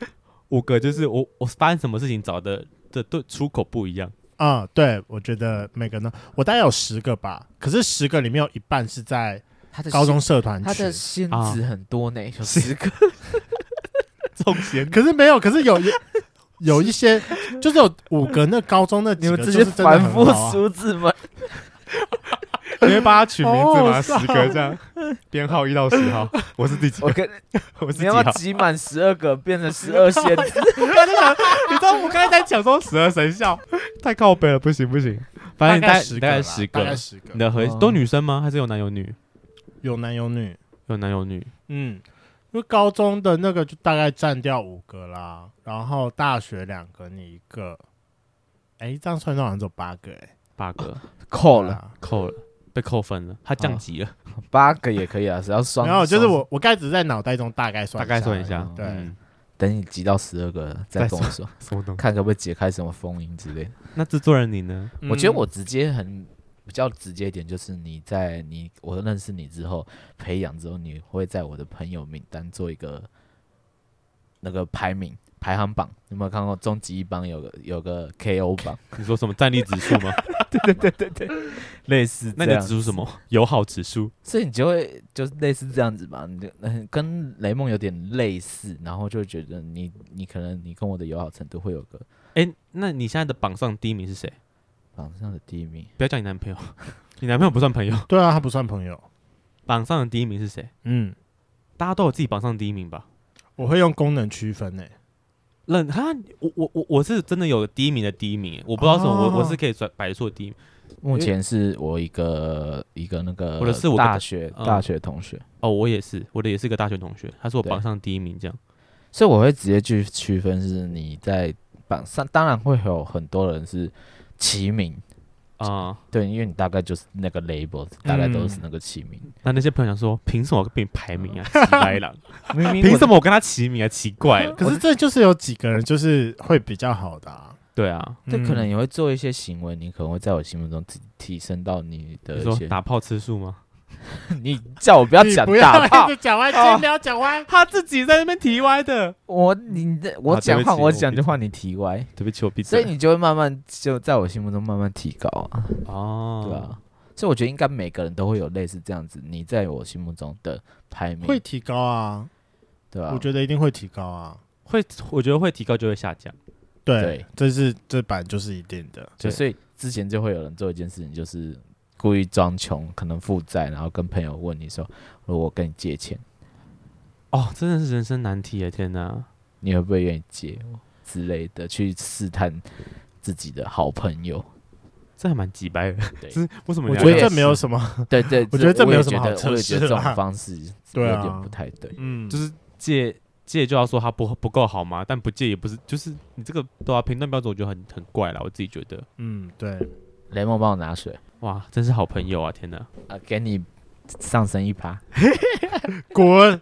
五个就是我我发生什么事情找的的对出口不一样。 嗯，对，我觉得每个呢，我大概有十个吧，可是十个里面有一半是在高中社团他的群， 仙子很多呢，有十个。 中间可是没有，可是有有有一些，就是有五个，那高中那几个就是你们这些反复真的很好啊数字们， 你会帮他取名字吗？ 好好笑十个这样，编号一到十号，我是第几个？ 我跟我是你要不要几号？ 集满十二个，变成十二仙子？ 你知道我刚才在讲说十二生肖，太靠北了，不行不行。反正大概大大概十个啦， 概十个大概，十个你，的核哦都女生吗？还是有男有女？ 有男有女， 有男有女。 嗯，因为高中的那个就大概占掉五个啦，然后大学两个，你一个，哎，这样算到好像只有八个，哎， 八个扣了啊。 扣了，被扣分了，他降级了。 八个也可以啊，只要双。 然后就是双我，我刚才只是在脑袋中大概算大概算一下而已，对， 嗯等你集到十二个再跟我说， 什么东西？ 看可不可以解开什么封印之类的。 那制作人你呢？ 嗯我觉得我直接很比较直接一点，就是你在你我认识你之后培养之后，你会在我的朋友名单做一个那个排名排行榜。你有没有看过终极一帮有个有个 K O 榜？ 你说什么战力指数吗？ 类似那你的这样指数是什么？友好指数。 所以你就会就是类似这样子吧，你就嗯跟雷梦有点类似，然后就会觉得你你可能你跟我的友好程度会有个哎，那你现在的榜上第一名是谁？ 榜上的第一名。 不要叫你男朋友，你男朋友不算朋友。 对啊，他不算朋友， 榜上的第一名是谁？ 嗯， 大家都有自己榜上的第一名吧？ 我会用功能区分诶， 认哈，我我我我是真的有第一名的第一名，我不知道为什么， 哦我我是可以摆摆出的第一名。 目前是我一个一个那个我的是我的大学、 嗯大学同学， 哦，我也是，我的也是个大学同学，他是我对榜上第一名，这样。 所以我会直接去区分是你在榜上，当然会有很多人是齐名， 啊、 对，因为你大概就是那个 label，大概都是那个齐名。 那那些朋友想说，凭什么我跟你排名啊？奇白狼， 明明凭什么我跟他齐名啊？奇怪了。 可是这就是有几个人就是会比较好的啊， 对啊， 这可能嗯也会做一些行为，你可能会在我心目中提提升到你的你说一些。 打炮次数吗？ 你叫我不要讲你不要一大炮直，讲歪，先不要讲歪。 他自己在那边提歪的。 我你的我啊对讲话我不起我闭讲句话你提歪， 对不起，我闭所以嘴。 你就会慢慢就在我心目中慢慢提高啊， 哦， 对啊。所以我觉得应该每个人都会有类似这样子，你在我心目中的排名， 会提高啊， 对吧？ 我觉得一定会提高啊。 会，我觉得会提高就会下降。 对， 对这是这版就是一定的。 就所以之前就会有人做一件事情，就是故意装穷，可能负债，然后跟朋友问你说：“如果我跟你借钱， 哦，真的是人生难题啊！天哪， 你会不会愿意借我？”之类的，去试探自己的好朋友。 这还蛮鸡掰的。 对这是为什么我你要这样？ 觉得这没有什么， 对对， 我觉得这没有我也觉得什么好测我也觉得这种试啦方式对啊有点不太对。 嗯， 就是借借就要说他不不够好吗？但不借也不是，就是你这个对啊，评断标准我觉得很很怪啦，我自己觉得。 嗯，对， 雷蒙帮我拿水哇，真是好朋友啊！天哪， 啊，给你上升一趴。 滚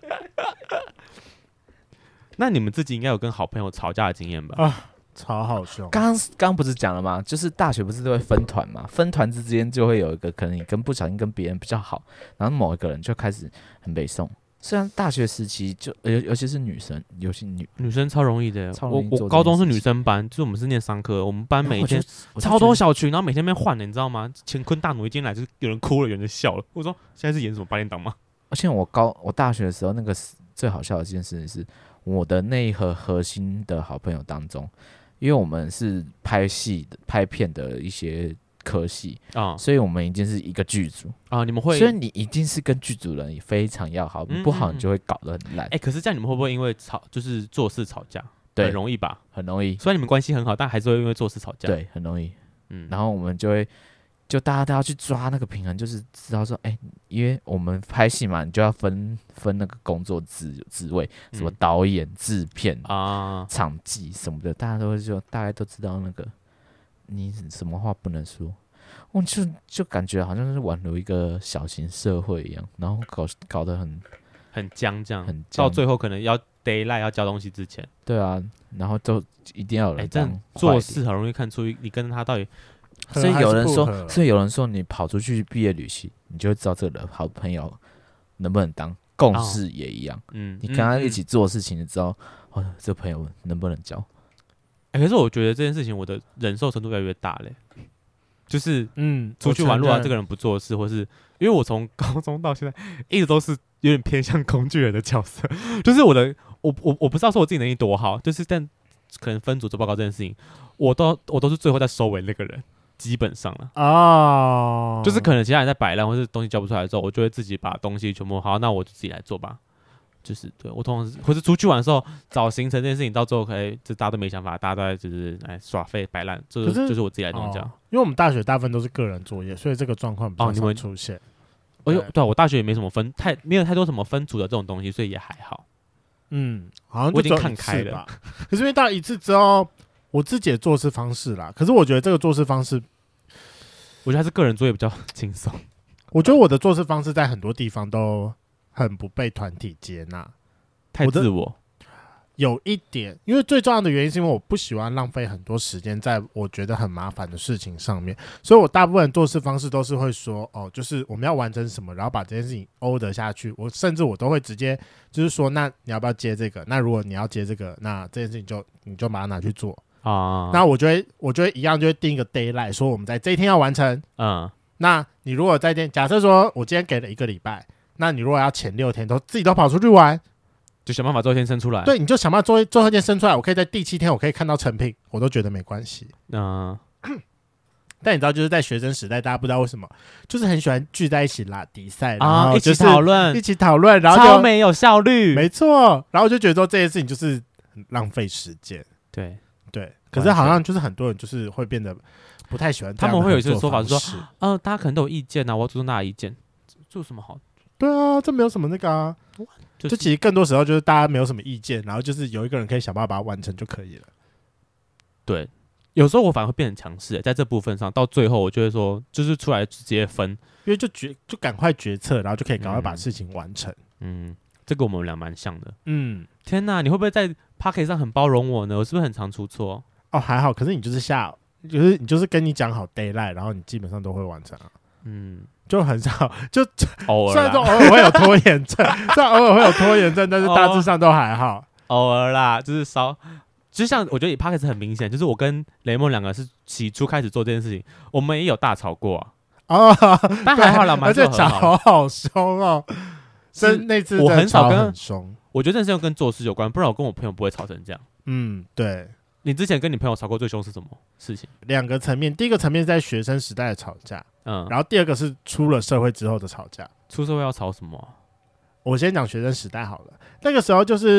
那你们自己应该有跟好朋友吵架的经验吧？ 啊，超好凶。 刚刚刚刚不是讲了吗？就是大学不是都会分团嘛，分团之间就会有一个可能你跟不小心跟别人比较好，然后某一个人就开始很北宋。虽然大学时期就尤尤其是女生，尤其女， 女生超容易的，我超容易做我高中是女这件事情生班，就是我们是念商科，我们班每天我就超多小群，然后每天被换的，你知道吗？乾坤大挪移进来，就是有人哭了，有人就笑了。我说现在是演什么八点档吗？ 而且我高我大学的时候，那个最好笑的一件事情是，我的那一盒核心的好朋友当中，因为我们是拍戏的、拍片的一些科系， 啊所以我们已经是一个剧组， 啊！你们会所以你一定是跟剧组人非常要好， 嗯不好嗯你就会搞得很烂， 哎、可是这样你们会不会因为吵就是做事吵架？ 对很容易吧？ 很容易， 虽然你们关系很好，但还是会因为做事吵架。， 对，很容易。 嗯， 然后我们就会就大家都要去抓那个平衡，就是知道说，哎、因为我们拍戏嘛，你就要分分那个工作职职位，什么嗯导演、制片、 啊， 场记什么的，大家都会就大概都知道那个你什么话不能说。我就就感觉好像是宛如一个小型社会一样，然后搞搞得很很僵这样， 很僵到最后可能要 d a y l i g h t 要交东西之前， 对啊，然后都一定要有哎、 人这样当做坏事很容易看出你跟他到底所以有人说， 可能还是不合所以有人说你跑出去毕业旅行，你就会知道这个人好朋友能不能当。 共事也一样， 嗯， 你跟他一起做事情，你知道，哦，这朋友能不能交？ 欸、可是我觉得这件事情我的忍受程度越来越大嘞，就是嗯， 出去玩，如果这个人不做事，或是因为我从高中到现在一直都是有点偏向工具人的角色，就是我的我我我不知道说我自己能力多好，就是但可能分组做报告这件事情，我都我都是最后在收尾那个人，基本上了哦， 就是可能其他人在摆烂或是东西交不出来之后，我就会自己把东西全部好，那我就自己来做吧。就是对我通常是，或是出去玩的时候找行程这件事情，到最后可以，就大家都没想法，大家都在就是来耍废摆烂，这就 是, 就是我自己来弄这样、哦。 因为我们大学大部分都是个人作业，所以这个状况比较少出现。 哦，对, 对、啊，我大学也没什么分太没有太多什么分组的这种东西，所以也还好。 嗯，好像就我已经看开了。 可是因为到一次之后，我自己的做事方式啦，可是我觉得这个做事方式， 我觉得还是个人作业比较轻松。 我觉得我的做事方式在很多地方都很不被团体接纳， 太自我。 有一点，因为最重要的原因是因为我不喜欢浪费很多时间在我觉得很麻烦的事情上面，所以我大部分做事方式都是会说，哦，就是我们要完成什么，然后把这件事情 order 下去。我甚至我都会直接就是说，那你要不要接这个？那如果你要接这个，那这件事情就你就把它拿去做啊。那我就会我就会一样就会定一个 deadline， 说我们在这一天要完成。嗯，那你如果在天假设说我今天给了一个礼拜，那你如果要前六天都自己都跑出去玩。 就想办法最后一天生出来， 对，你就想办法做最后一天生出来。我可以在第七天，我可以看到成品，我都觉得没关系。嗯，但你知道，就是在学生时代，大家不知道为什么，就是很喜欢聚在一起拉比赛，然后就是一起讨论， 一起讨论，然后超没有效率， 没错。然后就觉得说这件事情就是很浪费时间。 对对，可是好像就是很多人就是会变得不太喜欢这样的。 他们会有一些说法是说，嗯、呃，大家可能都有意见啊，我要尊重大家意见，这有什么好？ 对啊，这没有什么那个啊。就, 就其实更多时候就是大家没有什么意见，然后就是有一个人可以想办法把它完成就可以了。 对，有时候我反而会变成强势、欸，在这部分上，到最后我就会说，就是出来直接分， 因为就决就赶快决策，然后就可以赶快把事情完成。 嗯，嗯这个我们俩蛮像的。 嗯， 天哪，你会不会在 Podcast 上很包容我呢？我是不是很常出错？ 哦，还好，可是你就是下，就是你就是跟你讲好 deadline， 然后你基本上都会完成啊。嗯。就很少，就偶尔， 虽然说偶尔会有拖延症，虽然偶尔会有拖延症，但是大致上都还好。 偶尔啦，就是稍，就像我觉得以 Podcast 很明显，就是我跟雷梦两个是起初开始做这件事情，我们也有大吵过啊。哦，但还好啦，蛮而且吵好好凶哦。是那次我很少跟很凶， 我觉得这是跟做事有关，不然我跟我朋友不会吵成这样。 嗯，对。 你之前跟你朋友吵过最凶是什么事情？ 两个层面，第一个层面是在学生时代的吵架，嗯，然后第二个是出了社会之后的吵架。 出社会要吵什么、啊？ 我先讲学生时代好了。那个时候就是，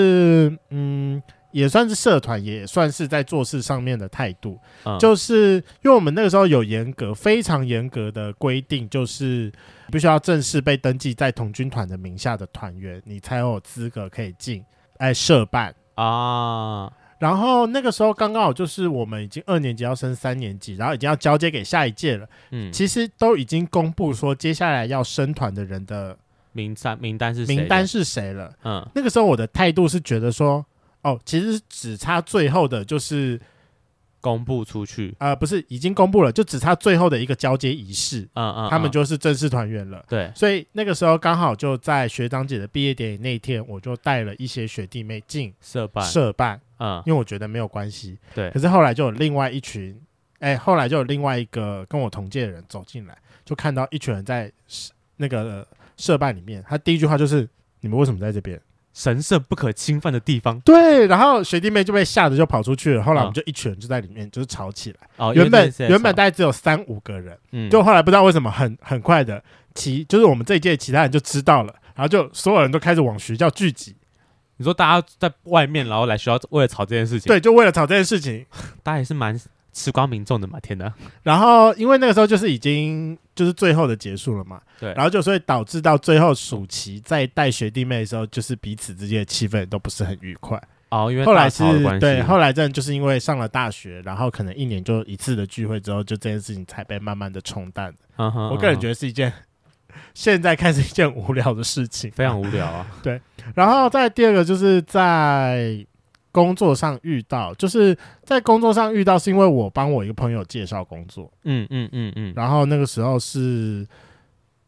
嗯，也算是社团，也算是在做事上面的态度、嗯，就是因为我们那个时候有严格、非常严格的规定，就是必须要正式被登记在童军团的名下的团员，你才有资格可以进哎社办啊。然后那个时候刚刚好就是我们已经二年级要升三年级，然后已经要交接给下一届了。嗯，其实都已经公布说接下来要升团的人的名单名单是谁名单是谁了。嗯，那个时候我的态度是觉得说，哦，其实只差最后的就是公布出去， 呃，不是已经公布了，就只差最后的一个交接仪式。嗯嗯，他们就是正式团员了。 对， 所以那个时候刚好就在学长姐的毕业典礼那一天，我就带了一些学弟妹进社办社办。嗯，因为我觉得没有关系。 对， 可是后来就有另外一群，哎、欸，后来就有另外一个跟我同届的人走进来，就看到一群人在那个社办里面。他第一句话就是：“你们为什么在这边？ 神圣不可侵犯的地方。” 对，然后学弟妹就被吓得就跑出去了。后来我们就一群人就在里面就是吵起来。哦，原本原本大概只有三五个人，嗯，就后来不知道为什么很很快的，其就是我们这一届其他人就知道了，然后就所有人都开始往学校聚集。 你说大家在外面，然后来学校为了吵这件事情， 对，就为了吵这件事情， 大家也是蛮吃光民众的嘛，天哪！ 然后因为那个时候就是已经就是最后的结束了嘛，对，然后就所以导致到最后暑期在带学弟妹的时候，就是彼此之间的气氛都不是很愉快哦，因为后来是对，后来真的就是因为上了大学，然后可能一年就一次的聚会之后，就这件事情才被慢慢的冲淡。嗯哼，我个人觉得是一件。现在看是一件无聊的事情， 非常无聊啊。 对，然后再第二个就是在工作上遇到，就是在工作上遇到，是因为我帮我一个朋友介绍工作，嗯嗯嗯嗯，然后那个时候是因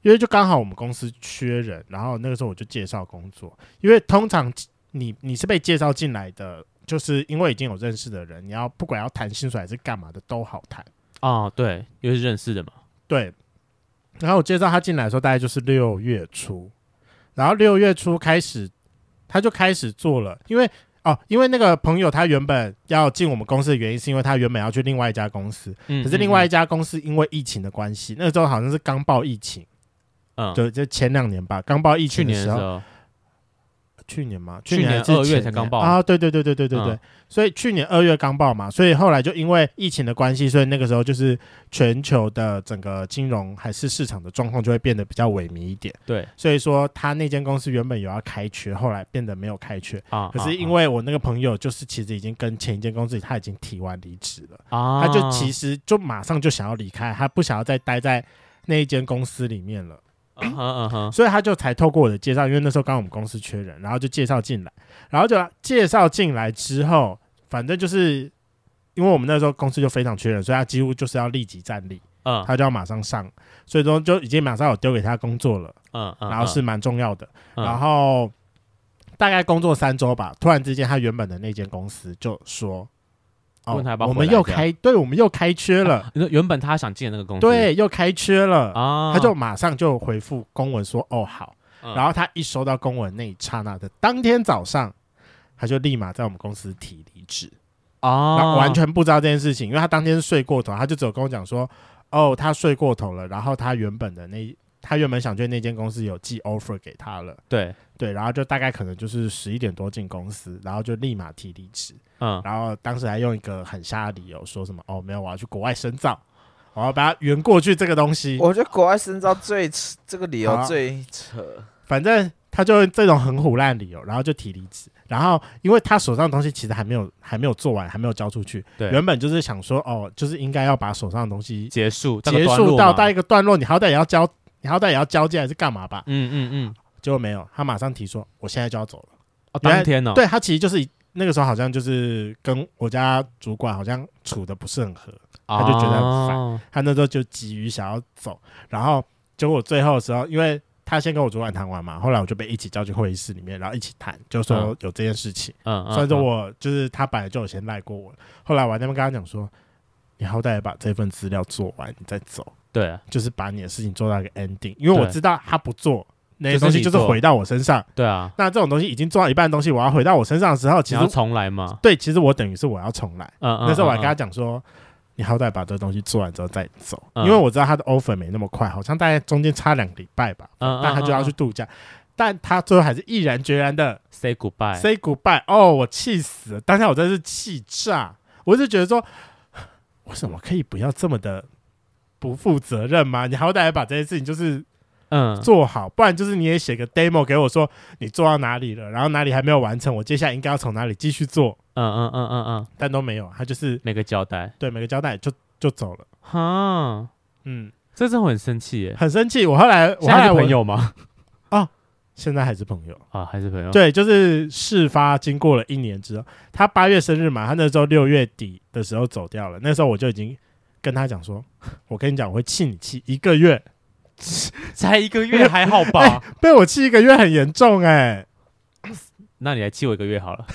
因为就刚好我们公司缺人，然后那个时候我就介绍工作，因为通常你你是被介绍进来的，就是因为已经有认识的人，你要不管要谈薪水还是干嘛的都好谈。 哦，对，因为是认识的嘛。 对，然后我介绍他进来的时候，大概就是六月初，然后六月初开始他就开始做了，因为哦，因为那个朋友他原本要进我们公司的原因，是因为他原本要去另外一家公司， 嗯， 可是另外一家公司因为疫情的关系，那个时候好像是刚爆疫情， 嗯， 就就前两年吧，刚爆疫去情的时候， 年的时候， 去年吗？ 去年还是前二月才刚爆啊！对对对对对对对， 嗯所以去年二月刚爆嘛，所以后来就因为疫情的关系，所以那个时候就是全球的整个金融还是市场的状况就会变得比较萎靡一点。 对所以说他那间公司原本有要开缺，后来变得没有开缺。 啊， 可是因为我那个朋友就是其实已经跟前一间公司他已经提完离职了， 啊， 他就其实就马上就想要离开，他不想要再待在那一间公司里面了。 嗯哼嗯哼， 所以他就才透过我的介绍，因为那时候刚好我们公司缺人，然后就介绍进来，然后就介绍进来之后，反正就是因为我们那时候公司就非常缺人，所以他几乎就是要立即站立， 嗯他就要马上上，所以说就已经马上有丢给他工作了， 嗯嗯， 然后是蛮重要的， 嗯然后大概工作三周吧，突然之间他原本的那间公司就说。哦问他要不要我回来这样们又开，对，我们又开缺了， 你说原本他想进的那个公司， 对，又开缺了， 啊， 他就马上就回复公文说，哦，好。 嗯， 然后他一收到公文那一刹那的当天早上，他就立马在我们公司提离职， 啊， 然后完全不知道这件事情，因为他当天睡过头，他就只有跟我讲说，哦，他睡过头了，然后他原本的那他原本想去那间公司有寄 offer 给他了， 对， 对，然后就大概可能就是十一点多进公司，然后就立马提离职， 嗯， 然后当时还用一个很瞎的理由说什么，哦，没有，我要去国外深造，我要把它圆过去这个东西， 我觉得国外深造最扯，这个理由好最扯。 反正他就用这种很唬烂理由，然后就提离职。然后因为他手上的东西其实还没有还没有做完，还没有交出去。 对， 原本就是想说，哦，就是应该要把手上的东西结束结束到到一个段落，你好歹也要交，你好歹也要交接还是干嘛吧？ 嗯嗯嗯， 结果没有，他马上提说，我现在就要走了。 哦，当天哦， 对他其实就是那个时候好像就是跟我家主管好像处的不是很合，他就觉得很烦， 哦他那时候就急于想要走。然后结果最后的时候，因为他先跟我主管谈完嘛，后来我就被一起叫进会议室里面，然后一起谈，就说有这件事情。 嗯嗯， 虽然说我就是他本来就有先赖过我，后来我还在那边跟他讲说，你好歹也把这份资料做完，你再走， 对啊， 就是把你的事情做到一个 ending， 因为我对知道他不做那些就是你做东西就是回到我身上。 对啊， 那这种东西已经做到一半的东西，我要回到我身上的时候，其实你要重来嘛， 对，其实我等于是我要重来。 嗯嗯， 那时候我还跟他嗯讲说，你好歹把这个东西做完之后再走， 嗯因为我知道他的 offer 没那么快，好像大概中间差两个礼拜吧， 嗯嗯但他就要去度假，但他最后还是毅然决然的 say goodbye， say goodbye。哦，我气死了！当下我真的是气炸，我就觉得说，为什么可以不要这么的不负责任吗？你好歹把这件事情就是嗯， 做好，不然就是你也写个 demo 给我说你做到哪里了，然后哪里还没有完成，我接下来应该要从哪里继续做， 嗯嗯嗯嗯嗯， 但都没有，他就是每个交代， 对每个交代就就走了。 哈， 嗯， 这真的很生气耶。 很生气。我后来我后来我现在是朋友吗？ 现在还是朋友。 啊，还是朋友？， 对，就是事发经过了一年之后，他八月生日嘛，他那时候六月底的时候走掉了。那时候我就已经跟他讲说，我跟你讲，我会气你气一个月， 才一个月还好吧？ 被我气一个月很严重哎、 那你来气我一个月好了。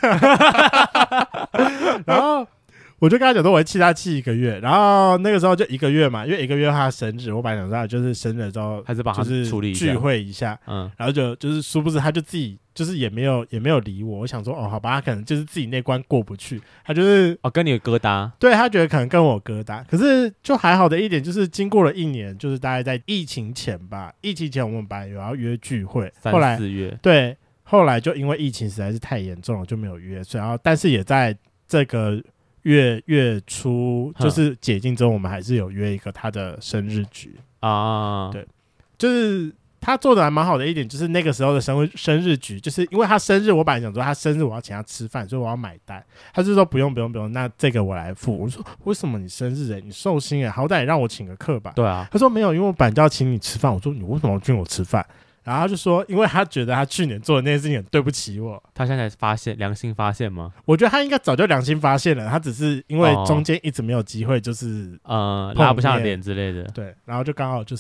然后我就跟他讲说，我会气他气一个月。然后那个时候就一个月嘛，因为一个月他生日，我本来想说就是生日的时候还是帮他就是处理一下聚会一下， 嗯然后就就是殊不知他就自己就是也没有也没有理我。我想说哦，好吧，他可能就是自己那关过不去，他就是哦，跟你有疙瘩， 对他觉得可能跟我有疙瘩。可是就还好的一点就是，经过了一年，就是大概在疫情前吧，疫情前我们本来有要约聚会，后三来四月， 对，后来就因为疫情实在是太严重了，就没有约。所以然后但是也在这个月月初， 哼就是解禁之后，我们还是有约一个他的生日局。 啊， 对就是他做的还蛮好的一点，就是那个时候的生日生日局，就是因为他生日，我本来想说他生日我要请他吃饭，所以我要买单。他就说不用不用不用，那这个我来付。我说为什么你生日哎、你寿星哎、好歹也让我请个客吧。 对啊， 他说没有，因为我本来就要请你吃饭。我说你为什么要请我吃饭？然后他就说，因为他觉得他去年做的那件事情很对不起我。 他现在才发现良心发现吗？ 我觉得他应该早就良心发现了，他只是因为哦中间一直没有机会，就是、 呃， 碰拉不下面脸之类的。 对，然后就刚好就是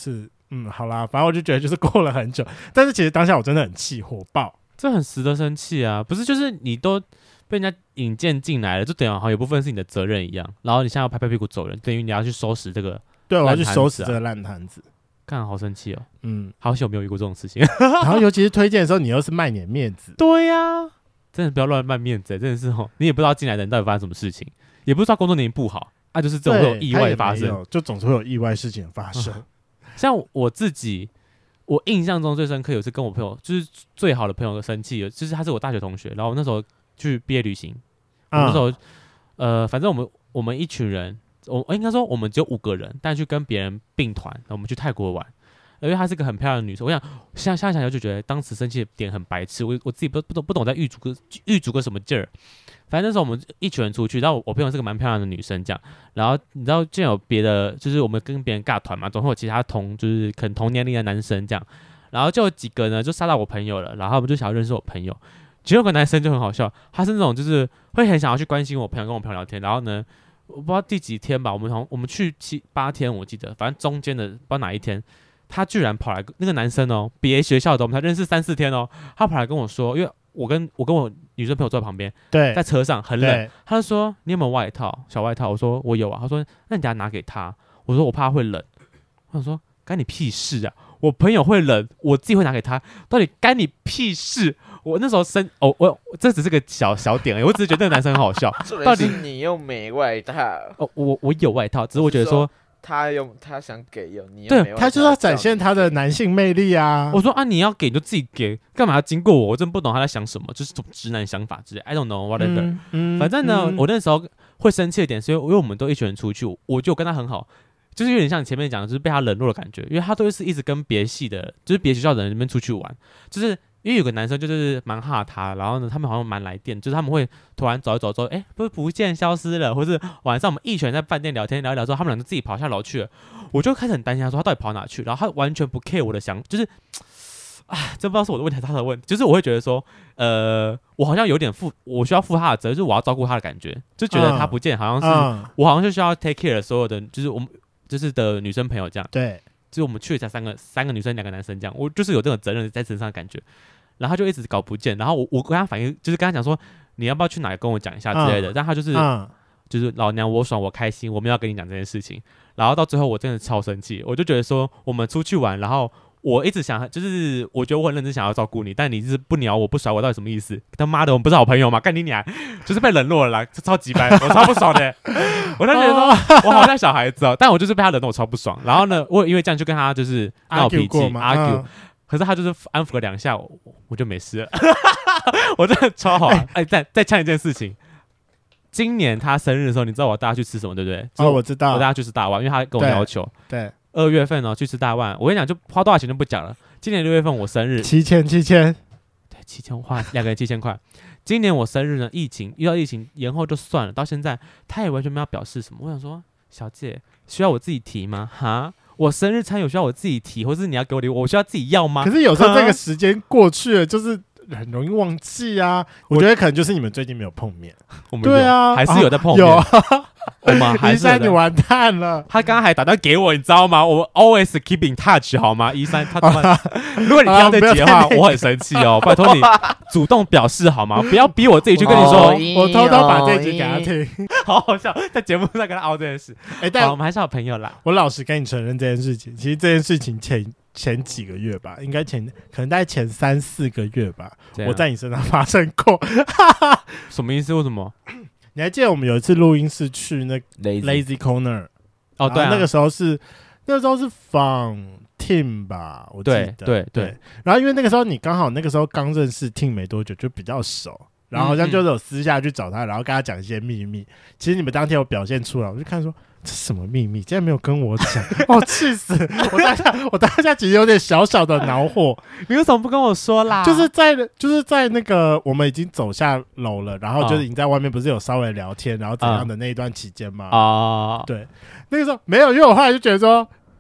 嗯，好啦，反正我就觉得就是过了很久，但是其实当下我真的很气，火爆。 这很值得生气啊！不是，就是你都被人家引荐进来了，就等于好像有部分是你的责任一样，然后你现在要拍拍屁股走人，等于你要去收拾这个、啊， 对，我要去收拾这个烂摊子。 看好生气哦， 嗯， 好久没有遇过这种事情。 然后尤其是推荐的时候，你又是卖你的面子。 对呀、啊，真的不要乱卖面子，真的是哦，你也不知道进来的人到底发生什么事情，也不知道工作能力不好，啊，就是这种会有意外的发生， 就总是会有意外事情的发生。 像我自己。我印象中最深刻有一次跟我朋友，就是最好的朋友生气，就是他是我大学同学，然后我那时候去毕业旅行，我那时候呃，反正我们我们一群人，我应该说我们只有五个人，但去跟别人并团，我们去泰国玩，因为她是个很漂亮的女生，我想现在现在想想就觉得当时生气的点很白痴，我我自己不不懂不懂在预足个预足个什么劲儿。反正那时候我们一群人出去，然后我朋友是个蛮漂亮的女生，这样，然后你知道，既然有别的，就是我们跟别人尬团嘛，总会有其他同，就是可能同年龄的男生这样，然后就有几个呢，就杀到我朋友了，然后他们就想要认识我朋友，其中有个男生就很好笑，他是那种就是会很想要去关心我朋友，跟我朋友聊天，然后呢，我不知道第几天吧，我们从我们去七八天，我记得，反正中间的不知道哪一天，他居然跑来，那个男生哦，别学校的，我们才认识三四天哦，他跑来跟我说，因为我跟我跟我女生朋友坐在旁边， 对， 在车上很冷，他就说你有没有外套，小外套？我说我有啊。他说那你等下拿给他。我说我怕他会冷。我想说干你屁事啊！我朋友会冷，我自己会拿给他，到底干你屁事？我那时候生哦，我这只是个小小点而已，我只是觉得那个男生很好笑。到底你又没外套？ 哦，我我有外套，只是我觉得说。 他用他想给有你对，他就是要展现他的男性魅力啊！ 我说啊，你要给你就自己给，干嘛要经过我？我真不懂他在想什么，就是这种直男想法之类。I don't know whatever、嗯嗯。反正呢、嗯，我那时候会生气的点是因为，因为我们都一群人出去，我就跟他很好，就是有点像你前面讲的，就是被他冷落的感觉。因为他都是一直跟别系的，就是别学校的人那边出去玩，就是。因为有个男生就是蛮哈他，然后呢，他们好像蛮来电，就是他们会突然走一走之后，哎，不是不见消失了，或是晚上我们一群人在饭店聊天聊一聊之后，他们两个自己跑下楼去了，我就开始很担心他说他到底跑哪去，然后他完全不 care 我的想，就是，啊，这不知道是我的问题还是他的问题，就是我会觉得说，呃，我好像有点负，我需要负他的责任，就是我要照顾他的感觉，就觉得他不见，好像是、嗯、我好像就需要 take care 所有的，就是我们就是的女生朋友这样， 对。 就是我们去了才三个三个女生两个男生这样，我就是有这种责任在身上的感觉，然后他就一直搞不见，然后我我跟他反映就是跟他讲说你要不要去哪里跟我讲一下之类的，嗯、但他就是、嗯、就是老娘我爽我开心，我们要跟你讲这件事情，然后到最后我真的超生气，我就觉得说我们出去玩，然后我一直想就是我觉得我很认真想要照顾你，但你就是不鸟我不甩我，到底什么意思？他妈的我们不是好朋友吗？干你娘！就是被冷落了啦，超级白，我超不爽的。我就觉得说，我好像小孩子哦，但我就是被他冷落，我超不爽。然后呢，我因为这样就跟他就是闹脾气 ，argue，、嗯、可是他就是安抚了两下，我, 我就没事了。我真的超好玩。哎、欸，再再呛一件事情，今年他生日的时候，你知道我带他去吃什么对不对？ 哦，我知道， 我带他去吃大碗，因为他跟我要求。 对， 二月份哦去吃大碗，我跟你讲，就花多少钱就不讲了。今年六月份我生日， 七千七千， 对，七千花两个人七千块。今年我生日呢，疫情遇到疫情延后就算了，到现在他也完全没有表示什么。我想说，小姐需要我自己提吗？哈，我生日餐有需要我自己提，或是你要给我礼物，我需要自己要吗？ 可是有时候这个时间过去了，就是很容易忘记啊。我, 我觉得可能就是你们最近没有碰面。 我们对啊，还是有在碰面。 有啊我们还是一三你完蛋了， 他刚刚还打电话给我，你知道吗？我 always keep in touch 好吗？一三他他妈，如果你听到这集的话，我很生气哦，拜托你主动表示好吗？不要逼我自己去跟你说， 哦、我偷偷把这集给他听， 好好笑，在节目上跟他熬这件事。哎、欸，但我们还是好朋友啦。 我老实跟你承认这件事情，其实这件事情前前几个月吧，应该前可能大概前三四个月吧，我在你身上发生过。 什么意思？为什么？ 你还记得我们有一次录音是去那 Lazy, Lazy Corner 哦，对、啊， 那个时候是那个时候是仿 Tim 吧，我记得对对 对, 对。 然后因为那个时候你刚好那个时候刚认识 Tim 没多久，就比较熟，然后好像就是有私下去找他，然后跟他讲一些秘密。其实你们当天有表现出来，我就看说这什么秘密，竟然没有跟我讲，哦，气死！我当下我当下其实有点小小的恼火， 你为什么不跟我说啦？ 就是在就是在那个我们已经走下楼了，然后就是已经在外面不是有稍微聊天，然后怎样的那一段期间吗？ 啊， 对，那个时候没有，因为我后来就觉得说，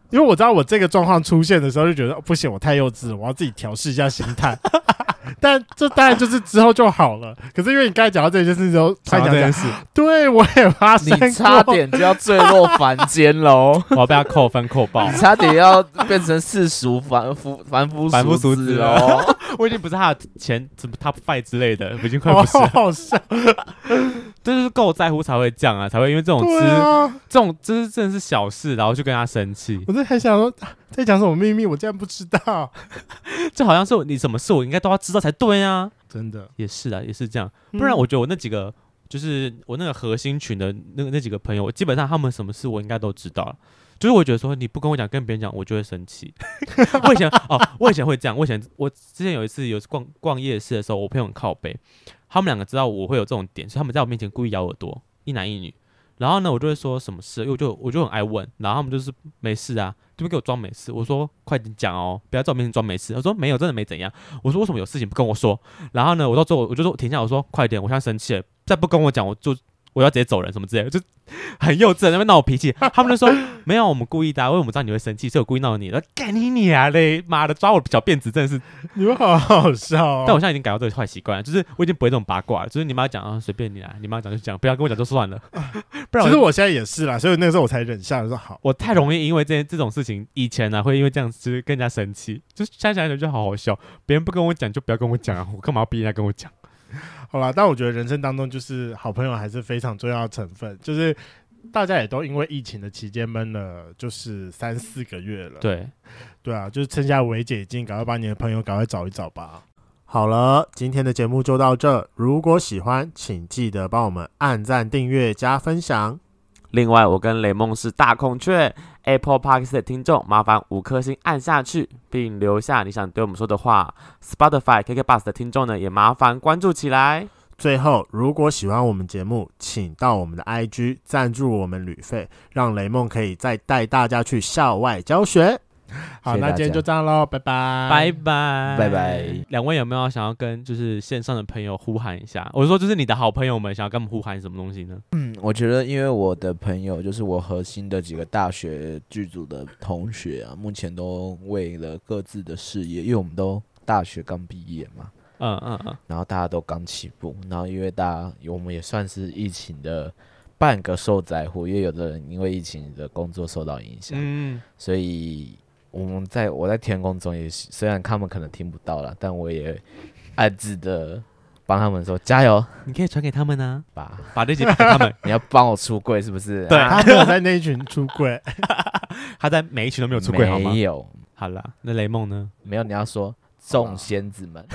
因为我知道我这个状况出现的时候，就觉得、哦、不行，我太幼稚了，我要自己调试一下心态。但这当然就是之后就好了。可是因为你刚才讲到这件事之后，才讲这件事，对我也发生过， 你差点就要坠落凡间喽！ 我要被他扣分扣爆， 你差点要变成世俗凡夫凡夫凡夫俗子哦！ 我已经不是他的前什么 top five 之类的，已经快不是了。 好好笑， 这就是够在乎才会这样啊，才会因为这种吃、 啊、 这种就是真的是小事，然后就跟他生气。 我在还想说，在讲什么秘密，我竟然不知道。 就好像是你什么事我应该都要知道才对啊。 真的也是啊，也是这样。不然我觉得我那几个、嗯、就是我那个核心群的那个那几个朋友，基本上他们什么事我应该都知道了。就是我觉得说你不跟我讲，跟别人讲，我就会生气。我以前哦，我以前会这样。我以前我之前有一次有一次逛逛夜市的时候，我朋友很靠北，他们两个知道我会有这种点，所以他们在我面前故意咬耳朵，一男一女。然后呢，我就会说什么事，因为我就我就很爱问，然后他们就是没事啊，就会给我装没事。我说快点讲哦，不要在我面前装没事。他说没有，真的没怎样。我说为什么有事情不跟我说？然后呢，我到最后我就说停下，我说快点，我现在生气了，再不跟我讲，我就我要直接走人什么之类的，就很幼稚，在那边闹我脾气。他们就说没有，我们故意的、啊，因为我们知道你会生气，所以我故意闹你。说干你你啊嘞，妈的，抓我小辫子真的是， 你们好好笑、哦。 但我现在已经改到这个坏习惯了，就是我已经不会这种八卦了，就是你妈讲啊，随便你啦，你妈讲就讲，不要跟我讲就算了。不然其实我现在也是啦，所以那个时候我才忍下来说好。 我太容易因为这件这种事情，以前呢、啊、会因为这样就是跟人家生气，就现在想想就好好笑。别人不跟我讲就不要跟我讲啊，我干嘛要逼人家跟我讲？ 好啦，但我觉得人生当中就是好朋友还是非常重要的成分，就是大家也都因为疫情的期间闷了，就是三四个月了。 对， 对啊，就是趁下微解禁，赶快把你的朋友赶快找一找吧。好了，今天的节目就到这。如果喜欢，请记得帮我们按赞、订阅、加分享。 另外，我跟雷梦是大孔雀 Apple Podcast 的听众，麻烦五颗星按下去，并留下你想对我们说的话。Spotify、K K Bus 的听众呢，也麻烦关注起来。 最后，如果喜欢我们节目，请到我们的 I G 赞助我们旅费，让雷梦可以再带大家去校外教学。好，那今天就这样咯，拜拜， 拜拜， 拜拜。 两位有没有想要跟就是线上的朋友呼喊一下？我说就是你的好朋友们想要跟他们呼喊什么东西呢？ 嗯，我觉得因为我的朋友就是我核心的几个大学剧组的同学啊，目前都为了各自的事业，因为我们都大学刚毕业嘛， 嗯嗯嗯， 然后大家都刚起步，然后因为大家我们也算是疫情的半个受灾户，因为有的人因为疫情的工作受到影响，嗯，所以。我们在我在天空中也虽然他们可能听不到啦，但我也暗自的帮他们说加油。 你可以传给他们啊， 把把这集给他们。 你要帮我出柜是不是？ 对， 他没有在那一群出柜， 他在每一群都没有出柜，好吗？ 没有。 好啦，那雷梦呢？ 没有，你要说众仙子们。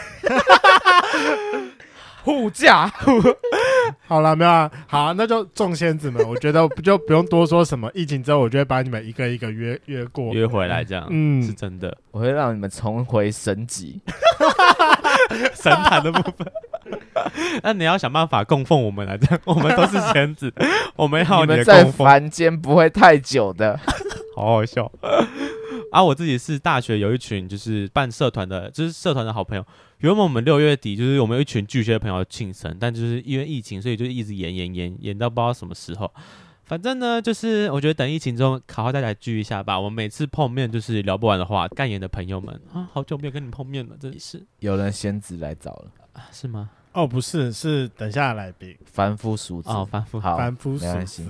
护驾， 好了，没有啊，好啊，那就众仙子们，我觉得就不用多说什么。疫情之后，我就会把你们一个一个约约过， 约回来，这样，嗯，是真的。 我会让你们重回神级， 神坛的部分。那你要想办法供奉我们来，这样我们都是仙子，我们要你的供奉。 你们在凡间不会太久的， 好好笑。啊，我自己是大学有一群就是办社团的，就是社团的好朋友。原本我们六月底就是我们有一群巨蟹的朋友庆生，但就是因为疫情，所以就一直延延延延到不知道什么时候。反正呢，就是我觉得等疫情中好好再来聚一下吧。我们每次碰面就是聊不完的话，干研的朋友们啊，好久没有跟你们碰面了，真的是。 有人仙子来找了、 啊，是吗？ 哦，不是，是等下来宾， 凡夫俗子哦，凡夫， 好， 凡夫俗子。